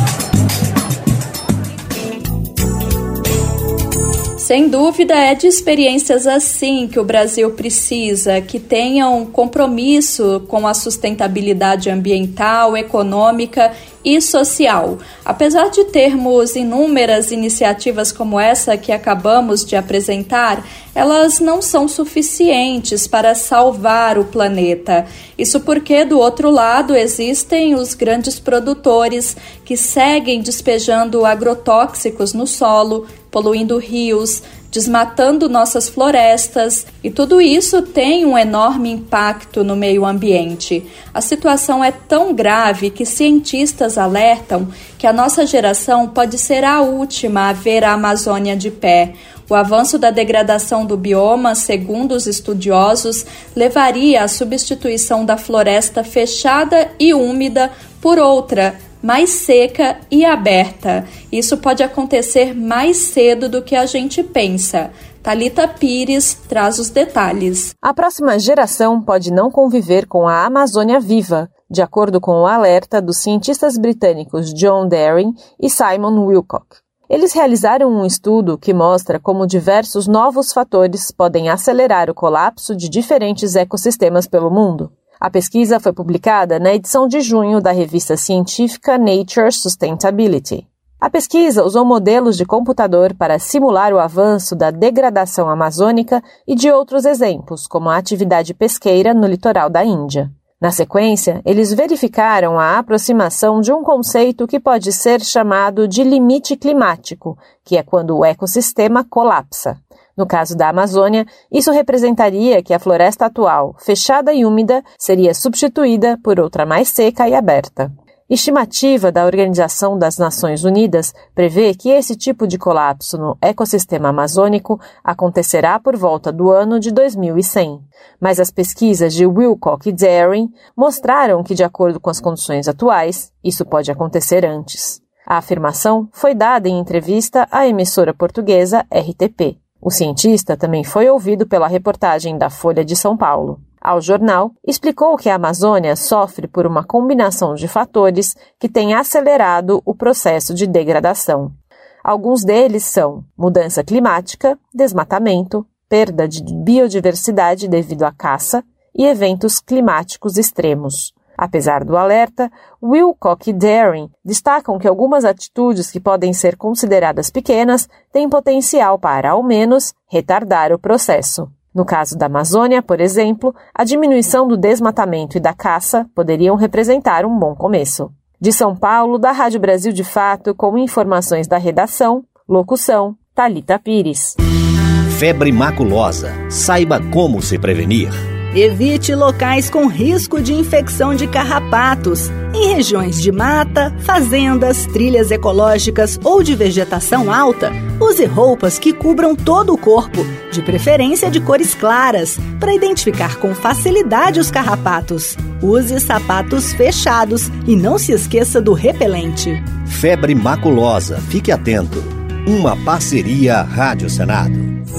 Sem dúvida, é de experiências assim que o Brasil precisa, que tenham compromisso com a sustentabilidade ambiental, econômica e social. Apesar de termos inúmeras iniciativas como essa que acabamos de apresentar, elas não são suficientes para salvar o planeta. Isso porque, do outro lado, existem os grandes produtores que seguem despejando agrotóxicos no solo, poluindo rios, desmatando nossas florestas, e tudo isso tem um enorme impacto no meio ambiente. A situação é tão grave que cientistas alertam que a nossa geração pode ser a última a ver a Amazônia de pé. O avanço da degradação do bioma, segundo os estudiosos, levaria à substituição da floresta fechada e úmida por outra, mais seca e aberta. Isso pode acontecer mais cedo do que a gente pensa. Thalita Pires traz os detalhes. A próxima geração pode não conviver com a Amazônia viva, de acordo com o alerta dos cientistas britânicos John Daring e Simon Wilcock. Eles realizaram um estudo que mostra como diversos novos fatores podem acelerar o colapso de diferentes ecossistemas pelo mundo. A pesquisa foi publicada na edição de junho da revista científica Nature Sustainability. A pesquisa usou modelos de computador para simular o avanço da degradação amazônica e de outros exemplos, como a atividade pesqueira no litoral da Índia. Na sequência, eles verificaram a aproximação de um conceito que pode ser chamado de limite climático, que é quando o ecossistema colapsa. No caso da Amazônia, isso representaria que a floresta atual, fechada e úmida, seria substituída por outra mais seca e aberta. Estimativa da Organização das Nações Unidas prevê que esse tipo de colapso no ecossistema amazônico acontecerá por volta do ano de dois mil e cem. Mas as pesquisas de Wilcock e Daring mostraram que, de acordo com as condições atuais, isso pode acontecer antes. A afirmação foi dada em entrevista à emissora portuguesa R T P. O cientista também foi ouvido pela reportagem da Folha de São Paulo. Ao jornal, explicou que a Amazônia sofre por uma combinação de fatores que tem acelerado o processo de degradação. Alguns deles são mudança climática, desmatamento, perda de biodiversidade devido à caça e eventos climáticos extremos. Apesar do alerta, Wilcock e Daring destacam que algumas atitudes que podem ser consideradas pequenas têm potencial para, ao menos, retardar o processo. No caso da Amazônia, por exemplo, a diminuição do desmatamento e da caça poderiam representar um bom começo. De São Paulo, da Rádio Brasil de Fato, com informações da redação, locução, Thalita Pires. Febre maculosa. Saiba como se prevenir. Evite locais com risco de infecção de carrapatos. Em regiões de mata, fazendas, trilhas ecológicas ou de vegetação alta, use roupas que cubram todo o corpo, de preferência de cores claras, para identificar com facilidade os carrapatos. Use sapatos fechados e não se esqueça do repelente. Febre maculosa. Fique atento. Uma parceria Rádio Senado.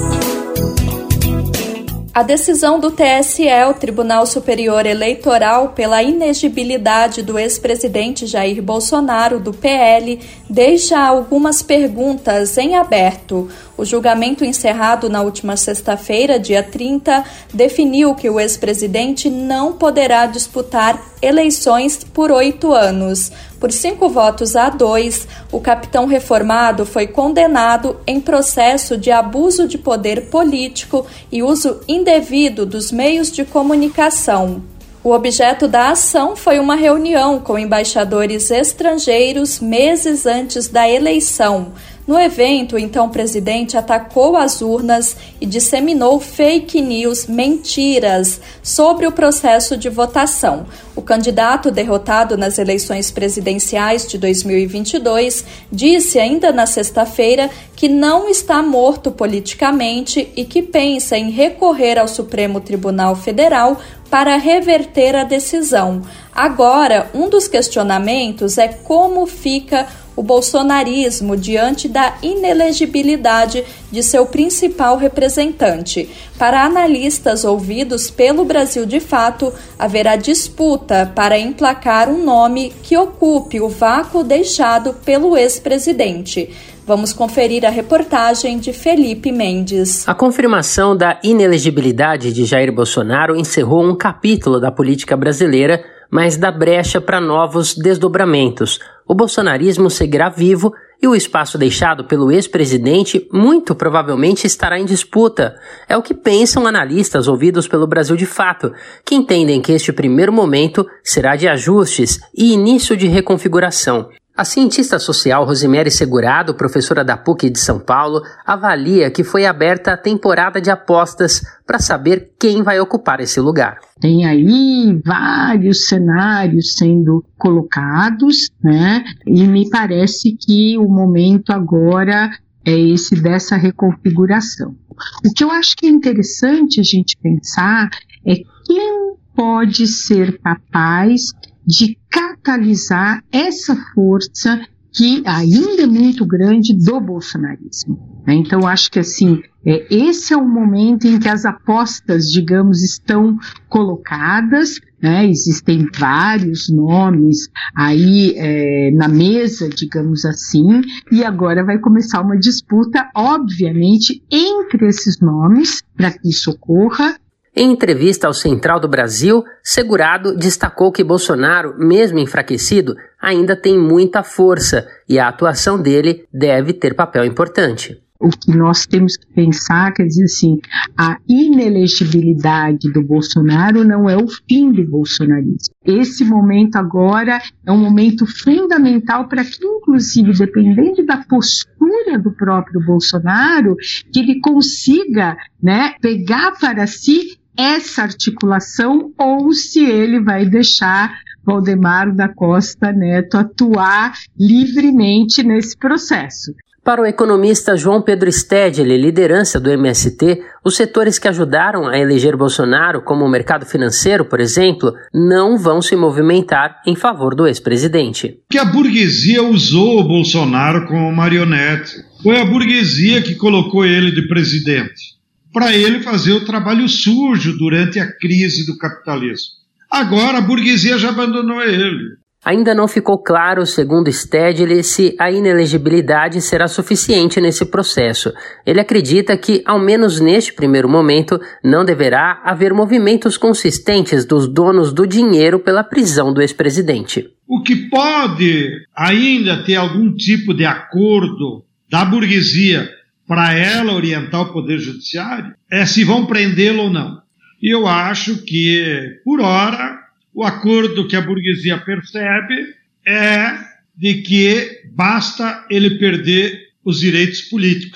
A decisão do T S E, o Tribunal Superior Eleitoral, pela inegibilidade do ex-presidente Jair Bolsonaro, do P L, deixa algumas perguntas em aberto. O julgamento encerrado na última sexta-feira, dia trinta, definiu que o ex-presidente não poderá disputar eleições por oito anos. Por cinco votos a dois, o capitão reformado foi condenado em processo de abuso de poder político e uso indevido dos meios de comunicação. O objeto da ação foi uma reunião com embaixadores estrangeiros meses antes da eleição. No evento, o então presidente atacou as urnas e disseminou fake news, mentiras, sobre o processo de votação. O candidato derrotado nas eleições presidenciais de dois mil e vinte e dois disse ainda na sexta-feira que não está morto politicamente e que pensa em recorrer ao Supremo Tribunal Federal para reverter a decisão. Agora, um dos questionamentos é como fica o bolsonarismo diante da inelegibilidade de seu principal representante. Para analistas ouvidos pelo Brasil de Fato, haverá disputa para emplacar um nome que ocupe o vácuo deixado pelo ex-presidente. Vamos conferir a reportagem de Felipe Mendes. A confirmação da inelegibilidade de Jair Bolsonaro encerrou um capítulo da política brasileira, mas dá brecha para novos desdobramentos. O bolsonarismo seguirá vivo e o espaço deixado pelo ex-presidente muito provavelmente estará em disputa. É o que pensam analistas ouvidos pelo Brasil de Fato, que entendem que este primeiro momento será de ajustes e início de reconfiguração. A cientista social Rosemary Segurado, professora da P U C de São Paulo, avalia que foi aberta a temporada de apostas para saber quem vai ocupar esse lugar. Tem aí vários cenários sendo colocados, né? E me parece que o momento agora é esse dessa reconfiguração. O que eu acho que é interessante a gente pensar é quem pode ser capaz de catalisar essa força que ainda é muito grande do bolsonarismo. Então, acho que assim, é, esse é o momento em que as apostas, digamos, estão colocadas, né? Existem vários nomes aí é, na mesa, digamos assim, e agora vai começar uma disputa, obviamente, entre esses nomes, para que isso ocorra. Em entrevista ao Central do Brasil, Segurado destacou que Bolsonaro, mesmo enfraquecido, ainda tem muita força e a atuação dele deve ter papel importante. O que nós temos que pensar, quer dizer assim, a inelegibilidade do Bolsonaro não é o fim do bolsonarismo. Esse momento agora é um momento fundamental para que, inclusive, dependendo da postura do próprio Bolsonaro, que ele consiga, né, pegar para si essa articulação ou se ele vai deixar Valdemar da Costa Neto atuar livremente nesse processo. Para o economista João Pedro Stedley, liderança do M S T, os setores que ajudaram a eleger Bolsonaro, como o mercado financeiro, por exemplo, não vão se movimentar em favor do ex-presidente. Que a burguesia usou o Bolsonaro como marionete. Foi a burguesia que colocou ele de presidente, para ele fazer o trabalho sujo durante a crise do capitalismo. Agora a burguesia já abandonou ele. Ainda não ficou claro, segundo Stedley, se a inelegibilidade será suficiente nesse processo. Ele acredita que, ao menos neste primeiro momento, não deverá haver movimentos consistentes dos donos do dinheiro pela prisão do ex-presidente. O que pode ainda ter algum tipo de acordo da burguesia para ela orientar o Poder Judiciário é se vão prendê-lo ou não. E eu acho que, por hora, o acordo que a burguesia percebe é de que basta ele perder os direitos políticos.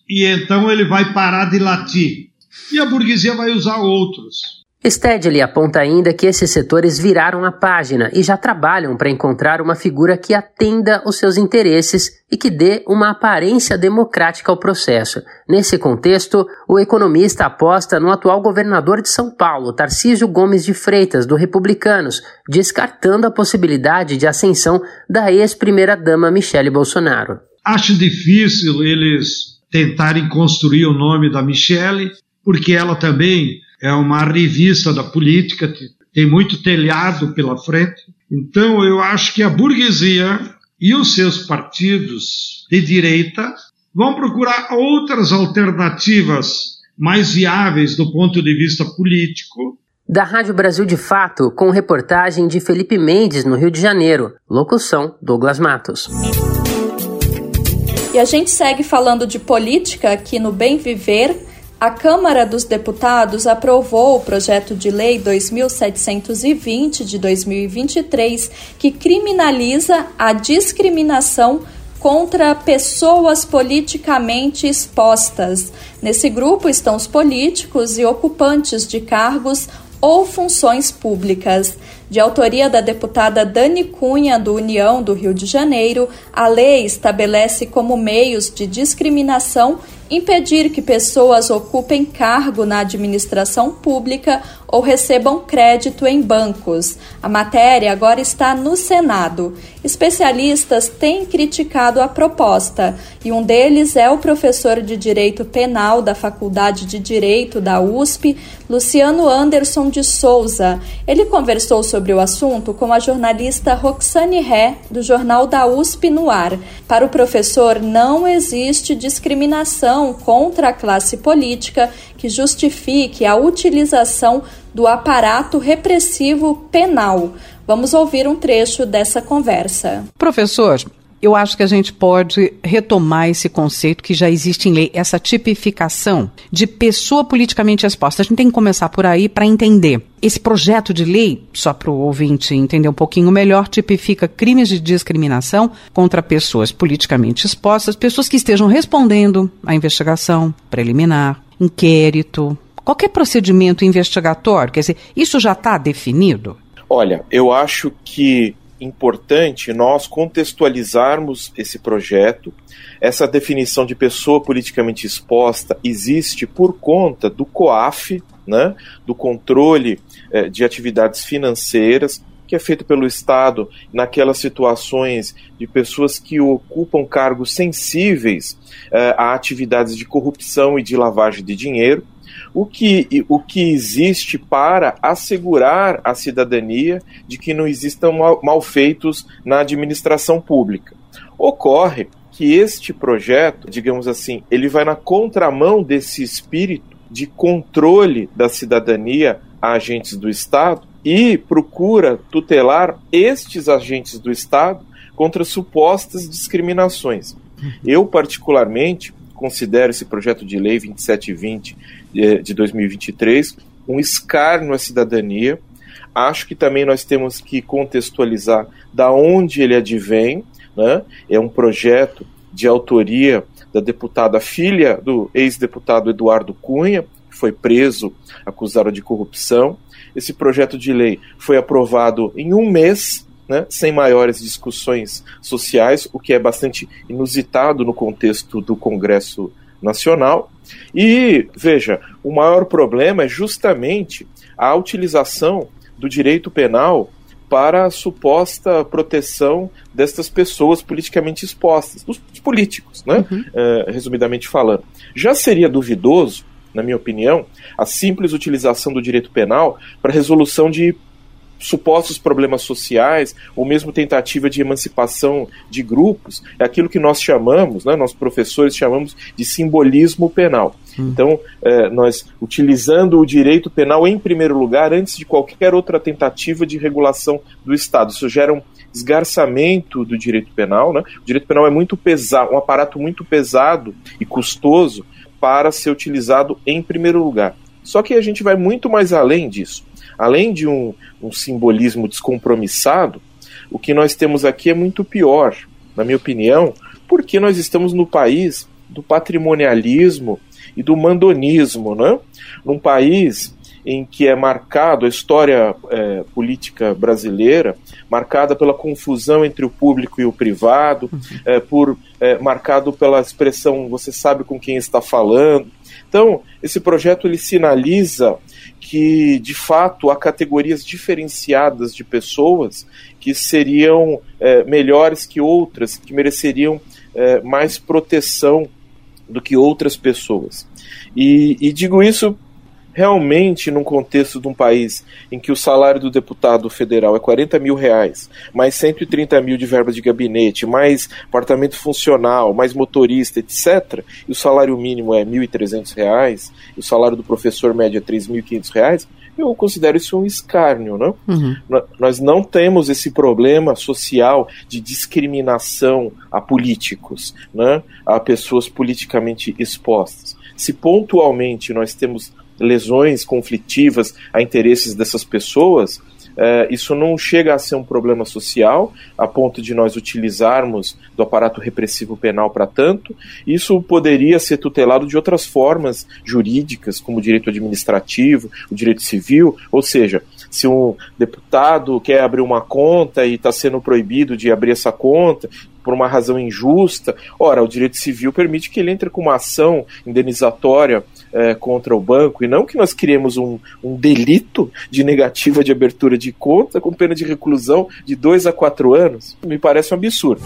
e então ele vai parar de latir. E a burguesia vai usar outros. Stedley aponta ainda que esses setores viraram a página e já trabalham para encontrar uma figura que atenda os seus interesses e que dê uma aparência democrática ao processo. Nesse contexto, o economista aposta no atual governador de São Paulo, Tarcísio Gomes de Freitas, do Republicanos, descartando a possibilidade de ascensão da ex-primeira-dama Michele Bolsonaro. Acho difícil eles tentarem construir o nome da Michele, porque ela também é uma revista da política, tem muito telhado pela frente. Então eu acho que a burguesia e os seus partidos de direita vão procurar outras alternativas mais viáveis do ponto de vista político. Da Rádio Brasil de Fato, com reportagem de Felipe Mendes, no Rio de Janeiro. Locução, Douglas Matos. E a gente segue falando de política aqui no Bem Viver. A Câmara dos Deputados aprovou o projeto de lei dois mil setecentos e vinte de dois mil e vinte e três, que criminaliza a discriminação contra pessoas politicamente expostas. Nesse grupo estão os políticos e ocupantes de cargos ou funções públicas. De autoria da deputada Dani Cunha, do União do Rio de Janeiro, a lei estabelece como meios de discriminação impedir que pessoas ocupem cargo na administração pública ou recebam crédito em bancos. A matéria agora está no Senado. Especialistas têm criticado a proposta e um deles é o professor de Direito Penal da Faculdade de Direito da U S P, Luciano Anderson de Souza. Ele conversou sobre o assunto com a jornalista Roxane Ré, do Jornal da U S P no Ar. Para o professor, não existe discriminação contra a classe política que justifique a utilização do aparato repressivo penal. Vamos ouvir um trecho dessa conversa. Professor, eu acho que a gente pode retomar esse conceito que já existe em lei, essa tipificação de pessoa politicamente exposta. A gente tem que começar por aí para entender. Esse projeto de lei, só para o ouvinte entender um pouquinho melhor, tipifica crimes de discriminação contra pessoas politicamente expostas, pessoas que estejam respondendo à investigação preliminar, inquérito, qualquer procedimento investigatório. Quer dizer, isso já está definido? Olha, eu acho que importante nós contextualizarmos esse projeto. Essa definição de pessoa politicamente exposta existe por conta do COAF, né, do controle eh, de atividades financeiras, que é feito pelo Estado naquelas situações de pessoas que ocupam cargos sensíveis eh, a atividades de corrupção e de lavagem de dinheiro. O que, o que existe para assegurar a cidadania de que não existam mal, malfeitos na administração pública. Ocorre que este projeto, digamos assim, ele vai na contramão desse espírito de controle da cidadania a agentes do Estado e procura tutelar estes agentes do Estado contra supostas discriminações. Eu, particularmente, considero esse projeto de lei vinte e sete vinte de dois mil e vinte e três um escárnio à cidadania. Acho que também nós temos que contextualizar da onde ele advém, né? É um projeto de autoria da deputada filha do ex-deputado Eduardo Cunha, que foi preso, acusado de corrupção. Esse projeto de lei foi aprovado em um mês, né, sem maiores discussões sociais, o que é bastante inusitado no contexto do Congresso Nacional. E, veja, o maior problema é justamente a utilização do direito penal para a suposta proteção destas pessoas politicamente expostas, dos políticos, né, uhum. uh, resumidamente falando. Já seria duvidoso, na minha opinião, a simples utilização do direito penal para a resolução de supostos problemas sociais, ou mesmo tentativa de emancipação de grupos, é aquilo que nós chamamos, né, nós professores chamamos de simbolismo penal. Hum. Então, é, nós utilizando o direito penal em primeiro lugar, antes de qualquer outra tentativa de regulação do Estado. Isso gera um esgarçamento do direito penal, né? O direito penal é muito pesado, um aparato muito pesado e custoso para ser utilizado em primeiro lugar. Só que a gente vai muito mais além disso. Além de um, um simbolismo descompromissado, o que nós temos aqui é muito pior, na minha opinião, porque nós estamos no país do patrimonialismo e do mandonismo, né? Num país em que é marcado a história é, política brasileira, marcada pela confusão entre o público e o privado, é, por, é, marcado pela expressão "você sabe com quem está falando". Então, esse projeto ele sinaliza que, de fato, há categorias diferenciadas de pessoas que seriam é, melhores que outras, que mereceriam é, mais proteção do que outras pessoas. E, e digo isso realmente num contexto de um país em que o salário do deputado federal é quarenta mil reais, mais cento e trinta mil de verba de gabinete, mais apartamento funcional, mais motorista, etcétera, e o salário mínimo é mil e trezentos reais, e o salário do professor médio é três mil e quinhentos reais, eu considero isso um escárnio, né? Uhum. Nós não temos esse problema social de discriminação a políticos, né? A pessoas politicamente expostas. Se pontualmente nós temos lesões conflitivas a interesses dessas pessoas, é, isso não chega a ser um problema social a ponto de nós utilizarmos do aparato repressivo penal para tanto. Isso poderia ser tutelado de outras formas jurídicas, como o direito administrativo, o direito civil, ou seja, se um deputado quer abrir uma conta e está sendo proibido de abrir essa conta por uma razão injusta, ora, o direito civil permite que ele entre com uma ação indenizatória é, contra o banco, e não que nós criemos um, um delito de negativa de abertura de conta com pena de reclusão de dois a quatro anos. Me parece um absurdo.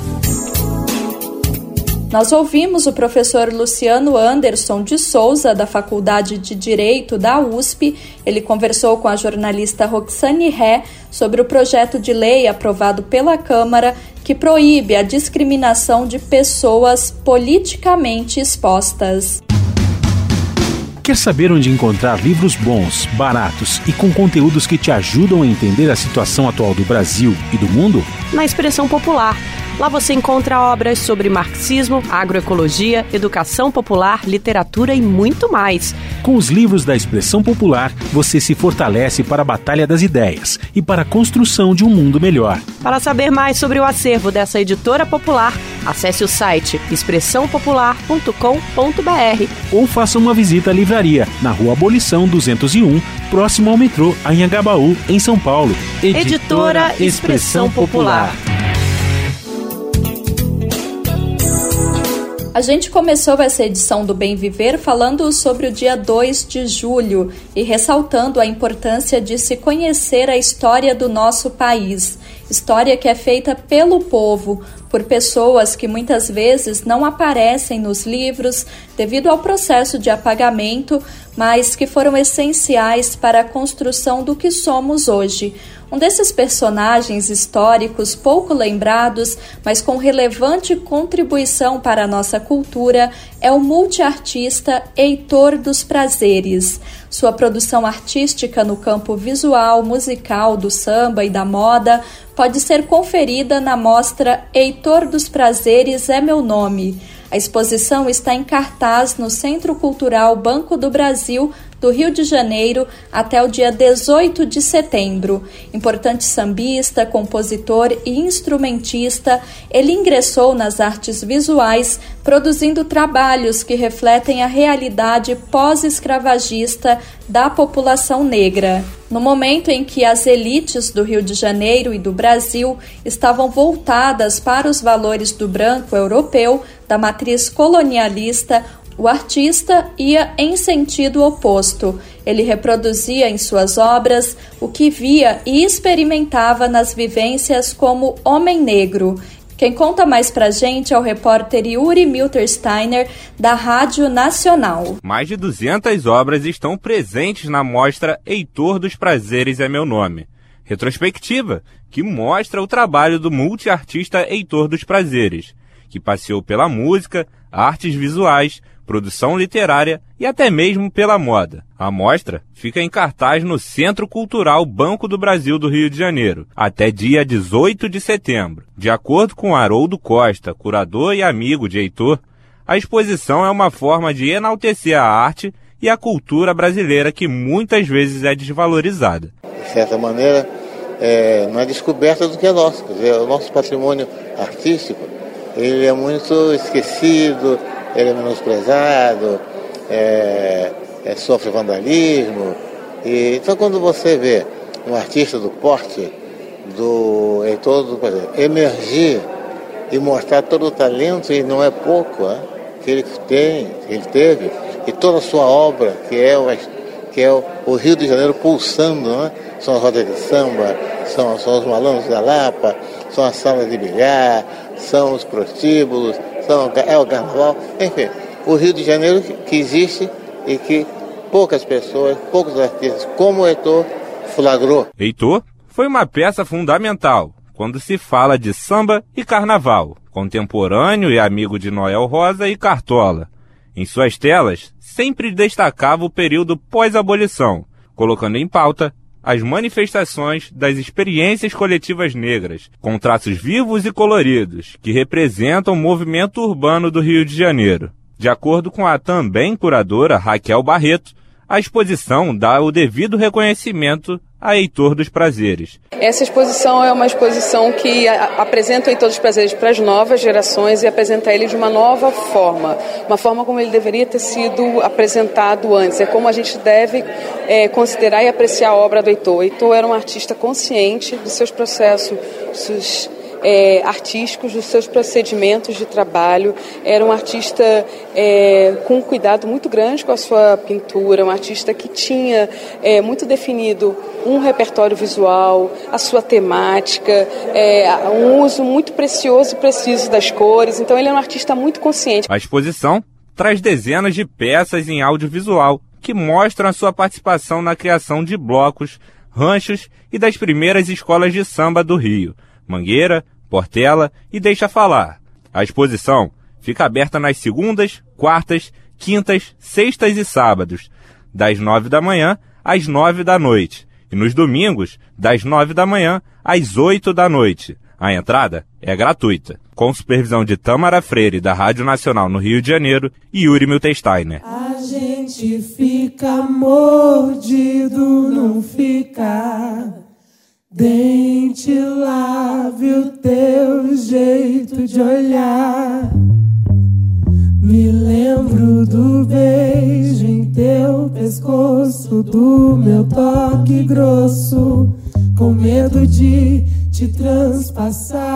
Nós ouvimos o professor Luciano Anderson de Souza, da Faculdade de Direito da U S P. Ele conversou com a jornalista Roxane Ré sobre o projeto de lei aprovado pela Câmara que proíbe a discriminação de pessoas politicamente expostas. Quer saber onde encontrar livros bons, baratos e com conteúdos que te ajudam a entender a situação atual do Brasil e do mundo? Na Expressão Popular. Lá você encontra obras sobre marxismo, agroecologia, educação popular, literatura e muito mais. Com os livros da Expressão Popular, você se fortalece para a batalha das ideias e para a construção de um mundo melhor. Para saber mais sobre o acervo dessa editora popular, acesse o site expressão popular ponto com ponto b r ou faça uma visita à livraria na Rua Abolição duzentos e um, próximo ao metrô Anhangabaú, em São Paulo. Editora, editora Expressão Popular. A gente começou essa edição do Bem Viver falando sobre o dia dois de julho e ressaltando a importância de se conhecer a história do nosso país. História que é feita pelo povo, por pessoas que muitas vezes não aparecem nos livros devido ao processo de apagamento, mas que foram essenciais para a construção do que somos hoje. Um desses personagens históricos pouco lembrados, mas com relevante contribuição para a nossa cultura, é o multiartista Heitor dos Prazeres. Sua produção artística no campo visual, musical, do samba e da moda pode ser conferida na mostra Heitor dos Prazeres é Meu Nome. A exposição está em cartaz no Centro Cultural Banco do Brasil, do Rio de Janeiro, até o dia dezoito de setembro. Importante sambista, compositor e instrumentista, ele ingressou nas artes visuais, produzindo trabalhos que refletem a realidade pós-escravagista da população negra. No momento em que as elites do Rio de Janeiro e do Brasil estavam voltadas para os valores do branco europeu, da matriz colonialista, o artista ia em sentido oposto. Ele reproduzia em suas obras o que via e experimentava nas vivências como homem negro. Quem conta mais pra gente é o repórter Yuri Miltersteiner, da Rádio Nacional. Mais de duzentas obras estão presentes na mostra Heitor dos Prazeres é Meu Nome, retrospectiva que mostra o trabalho do multiartista Heitor dos Prazeres, que passeou pela música, artes visuais, produção literária e até mesmo pela moda. A mostra fica em cartaz no Centro Cultural Banco do Brasil do Rio de Janeiro, até dia dezoito de setembro. De acordo com Haroldo Costa, curador e amigo de Heitor, a exposição é uma forma de enaltecer a arte e a cultura brasileira que muitas vezes é desvalorizada. De certa maneira, é, não é descoberta do que é nosso. Quer dizer, o nosso patrimônio artístico ele é muito esquecido, ele é menosprezado, é, é, sofre vandalismo. E, então quando você vê um artista do porte do Heitor do Prazeres emergir e mostrar todo o talento, e não é pouco, né, que ele tem, que ele teve, e toda a sua obra, que é o, que é o, o Rio de Janeiro pulsando, né? São as rodas de samba, são, são os malandros da Lapa, são as salas de bilhar, são os prostíbulos, são, é o carnaval, enfim, o Rio de Janeiro que, que existe e que poucas pessoas, poucos artistas como o Heitor flagrou. Heitor foi uma peça fundamental quando se fala de samba e carnaval, contemporâneo e amigo de Noel Rosa e Cartola. Em suas telas, sempre destacava o período pós-abolição, colocando em pauta as manifestações das experiências coletivas negras, com traços vivos e coloridos, que representam o movimento urbano do Rio de Janeiro. De acordo com a também curadora Raquel Barreto, a exposição dá o devido reconhecimento a Heitor dos Prazeres. Essa exposição é uma exposição que a, apresenta o Heitor dos Prazeres para as novas gerações e apresenta ele de uma nova forma, uma forma como ele deveria ter sido apresentado antes. É como a gente deve é, considerar e apreciar a obra do Heitor. Heitor era um artista consciente dos seus processos, dos É, artísticos, dos seus procedimentos de trabalho. Era um artista é, com um cuidado muito grande com a sua pintura, um artista que tinha é, muito definido um repertório visual, a sua temática, é, um uso muito precioso e preciso das cores. Então ele é um artista muito consciente. A exposição traz dezenas de peças em audiovisual que mostram a sua participação na criação de blocos, ranchos e das primeiras escolas de samba do Rio, Mangueira, Portela e Deixa Falar. A exposição fica aberta nas segundas, quartas, quintas, sextas e sábados, das nove da manhã às nove da noite, e nos domingos, das nove da manhã às oito da noite. A entrada é gratuita, com supervisão de Tamara Freire, da Rádio Nacional no Rio de Janeiro, e Yuri Miltensteiner. A gente fica mordido, não fica. Dente, lave o teu jeito de olhar. Me lembro do beijo em teu pescoço, do meu toque grosso, com medo de te transpassar.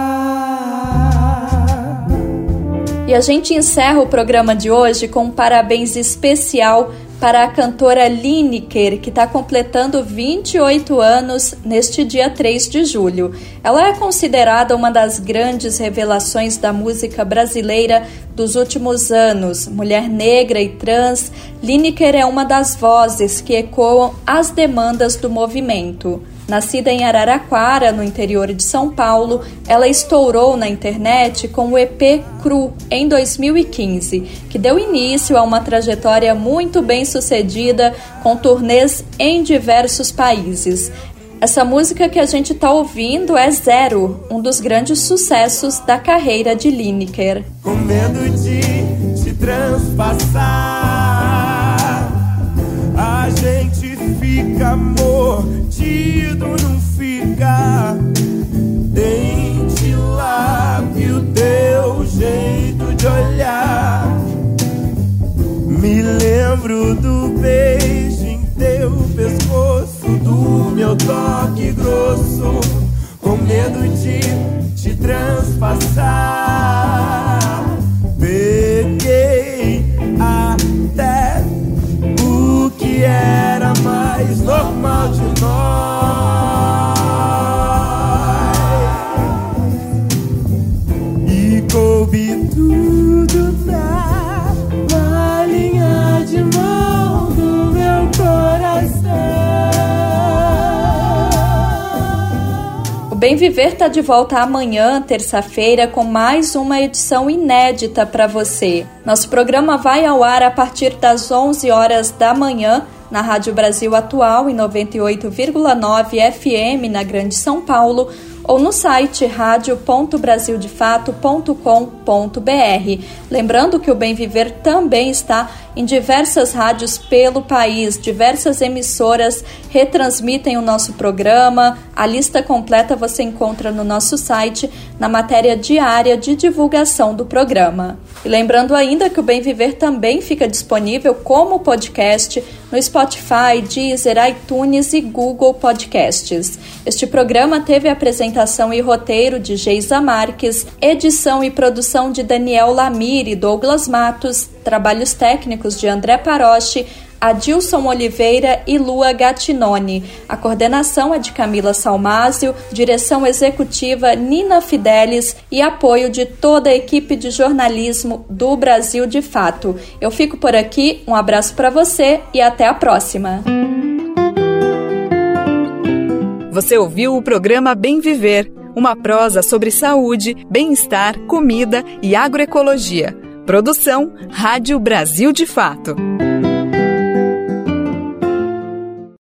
E a gente encerra o programa de hoje com um parabéns especial para a cantora Lineker, que está completando vinte e oito anos neste dia três de julho. Ela é considerada uma das grandes revelações da música brasileira dos últimos anos. Mulher negra e trans, Lineker é uma das vozes que ecoam as demandas do movimento. Nascida em Araraquara, no interior de São Paulo, ela estourou na internet com o E P Cru, em dois mil e quinze, que deu início a uma trajetória muito bem sucedida, com turnês em diversos países. Essa música que a gente está ouvindo é Zero, um dos grandes sucessos da carreira de Lineker. Com medo de te transpassar, a gente fica mordido, não fica. Dente, lábio, teu jeito de olhar. Me lembro do beijo em teu pescoço, do meu toque grosso, com medo de te transpassar. Peguei até o que era mais normal de nós e coube tudo na linha de mão do meu coração. O Bem Viver está de volta amanhã, terça-feira, com mais uma edição inédita para você. Nosso programa vai ao ar a partir das onze horas da manhã, na Rádio Brasil Atual, em noventa e oito vírgula nove F M, na Grande São Paulo, ou no site rádio ponto brasil de fato ponto com ponto b r. Lembrando que o Bem Viver também está em diversas rádios pelo país, diversas emissoras retransmitem o nosso programa. A lista completa você encontra no nosso site, na matéria diária de divulgação do programa. E lembrando ainda que o Bem Viver também fica disponível como podcast no Spotify, Deezer, iTunes e Google Podcasts. Este programa teve apresentação e roteiro de Geisa Marques, edição e produção de Daniel Lamir e Douglas Matos, trabalhos técnicos de André Paroche, Adilson Oliveira e Lua Gattinoni. A coordenação é de Camila Salmásio, direção executiva Nina Fidelis e apoio de toda a equipe de jornalismo do Brasil de Fato. Eu fico por aqui, um abraço para você e até a próxima. Você ouviu o programa Bem Viver, uma prosa sobre saúde, bem-estar, comida e agroecologia. Produção Rádio Brasil de Fato.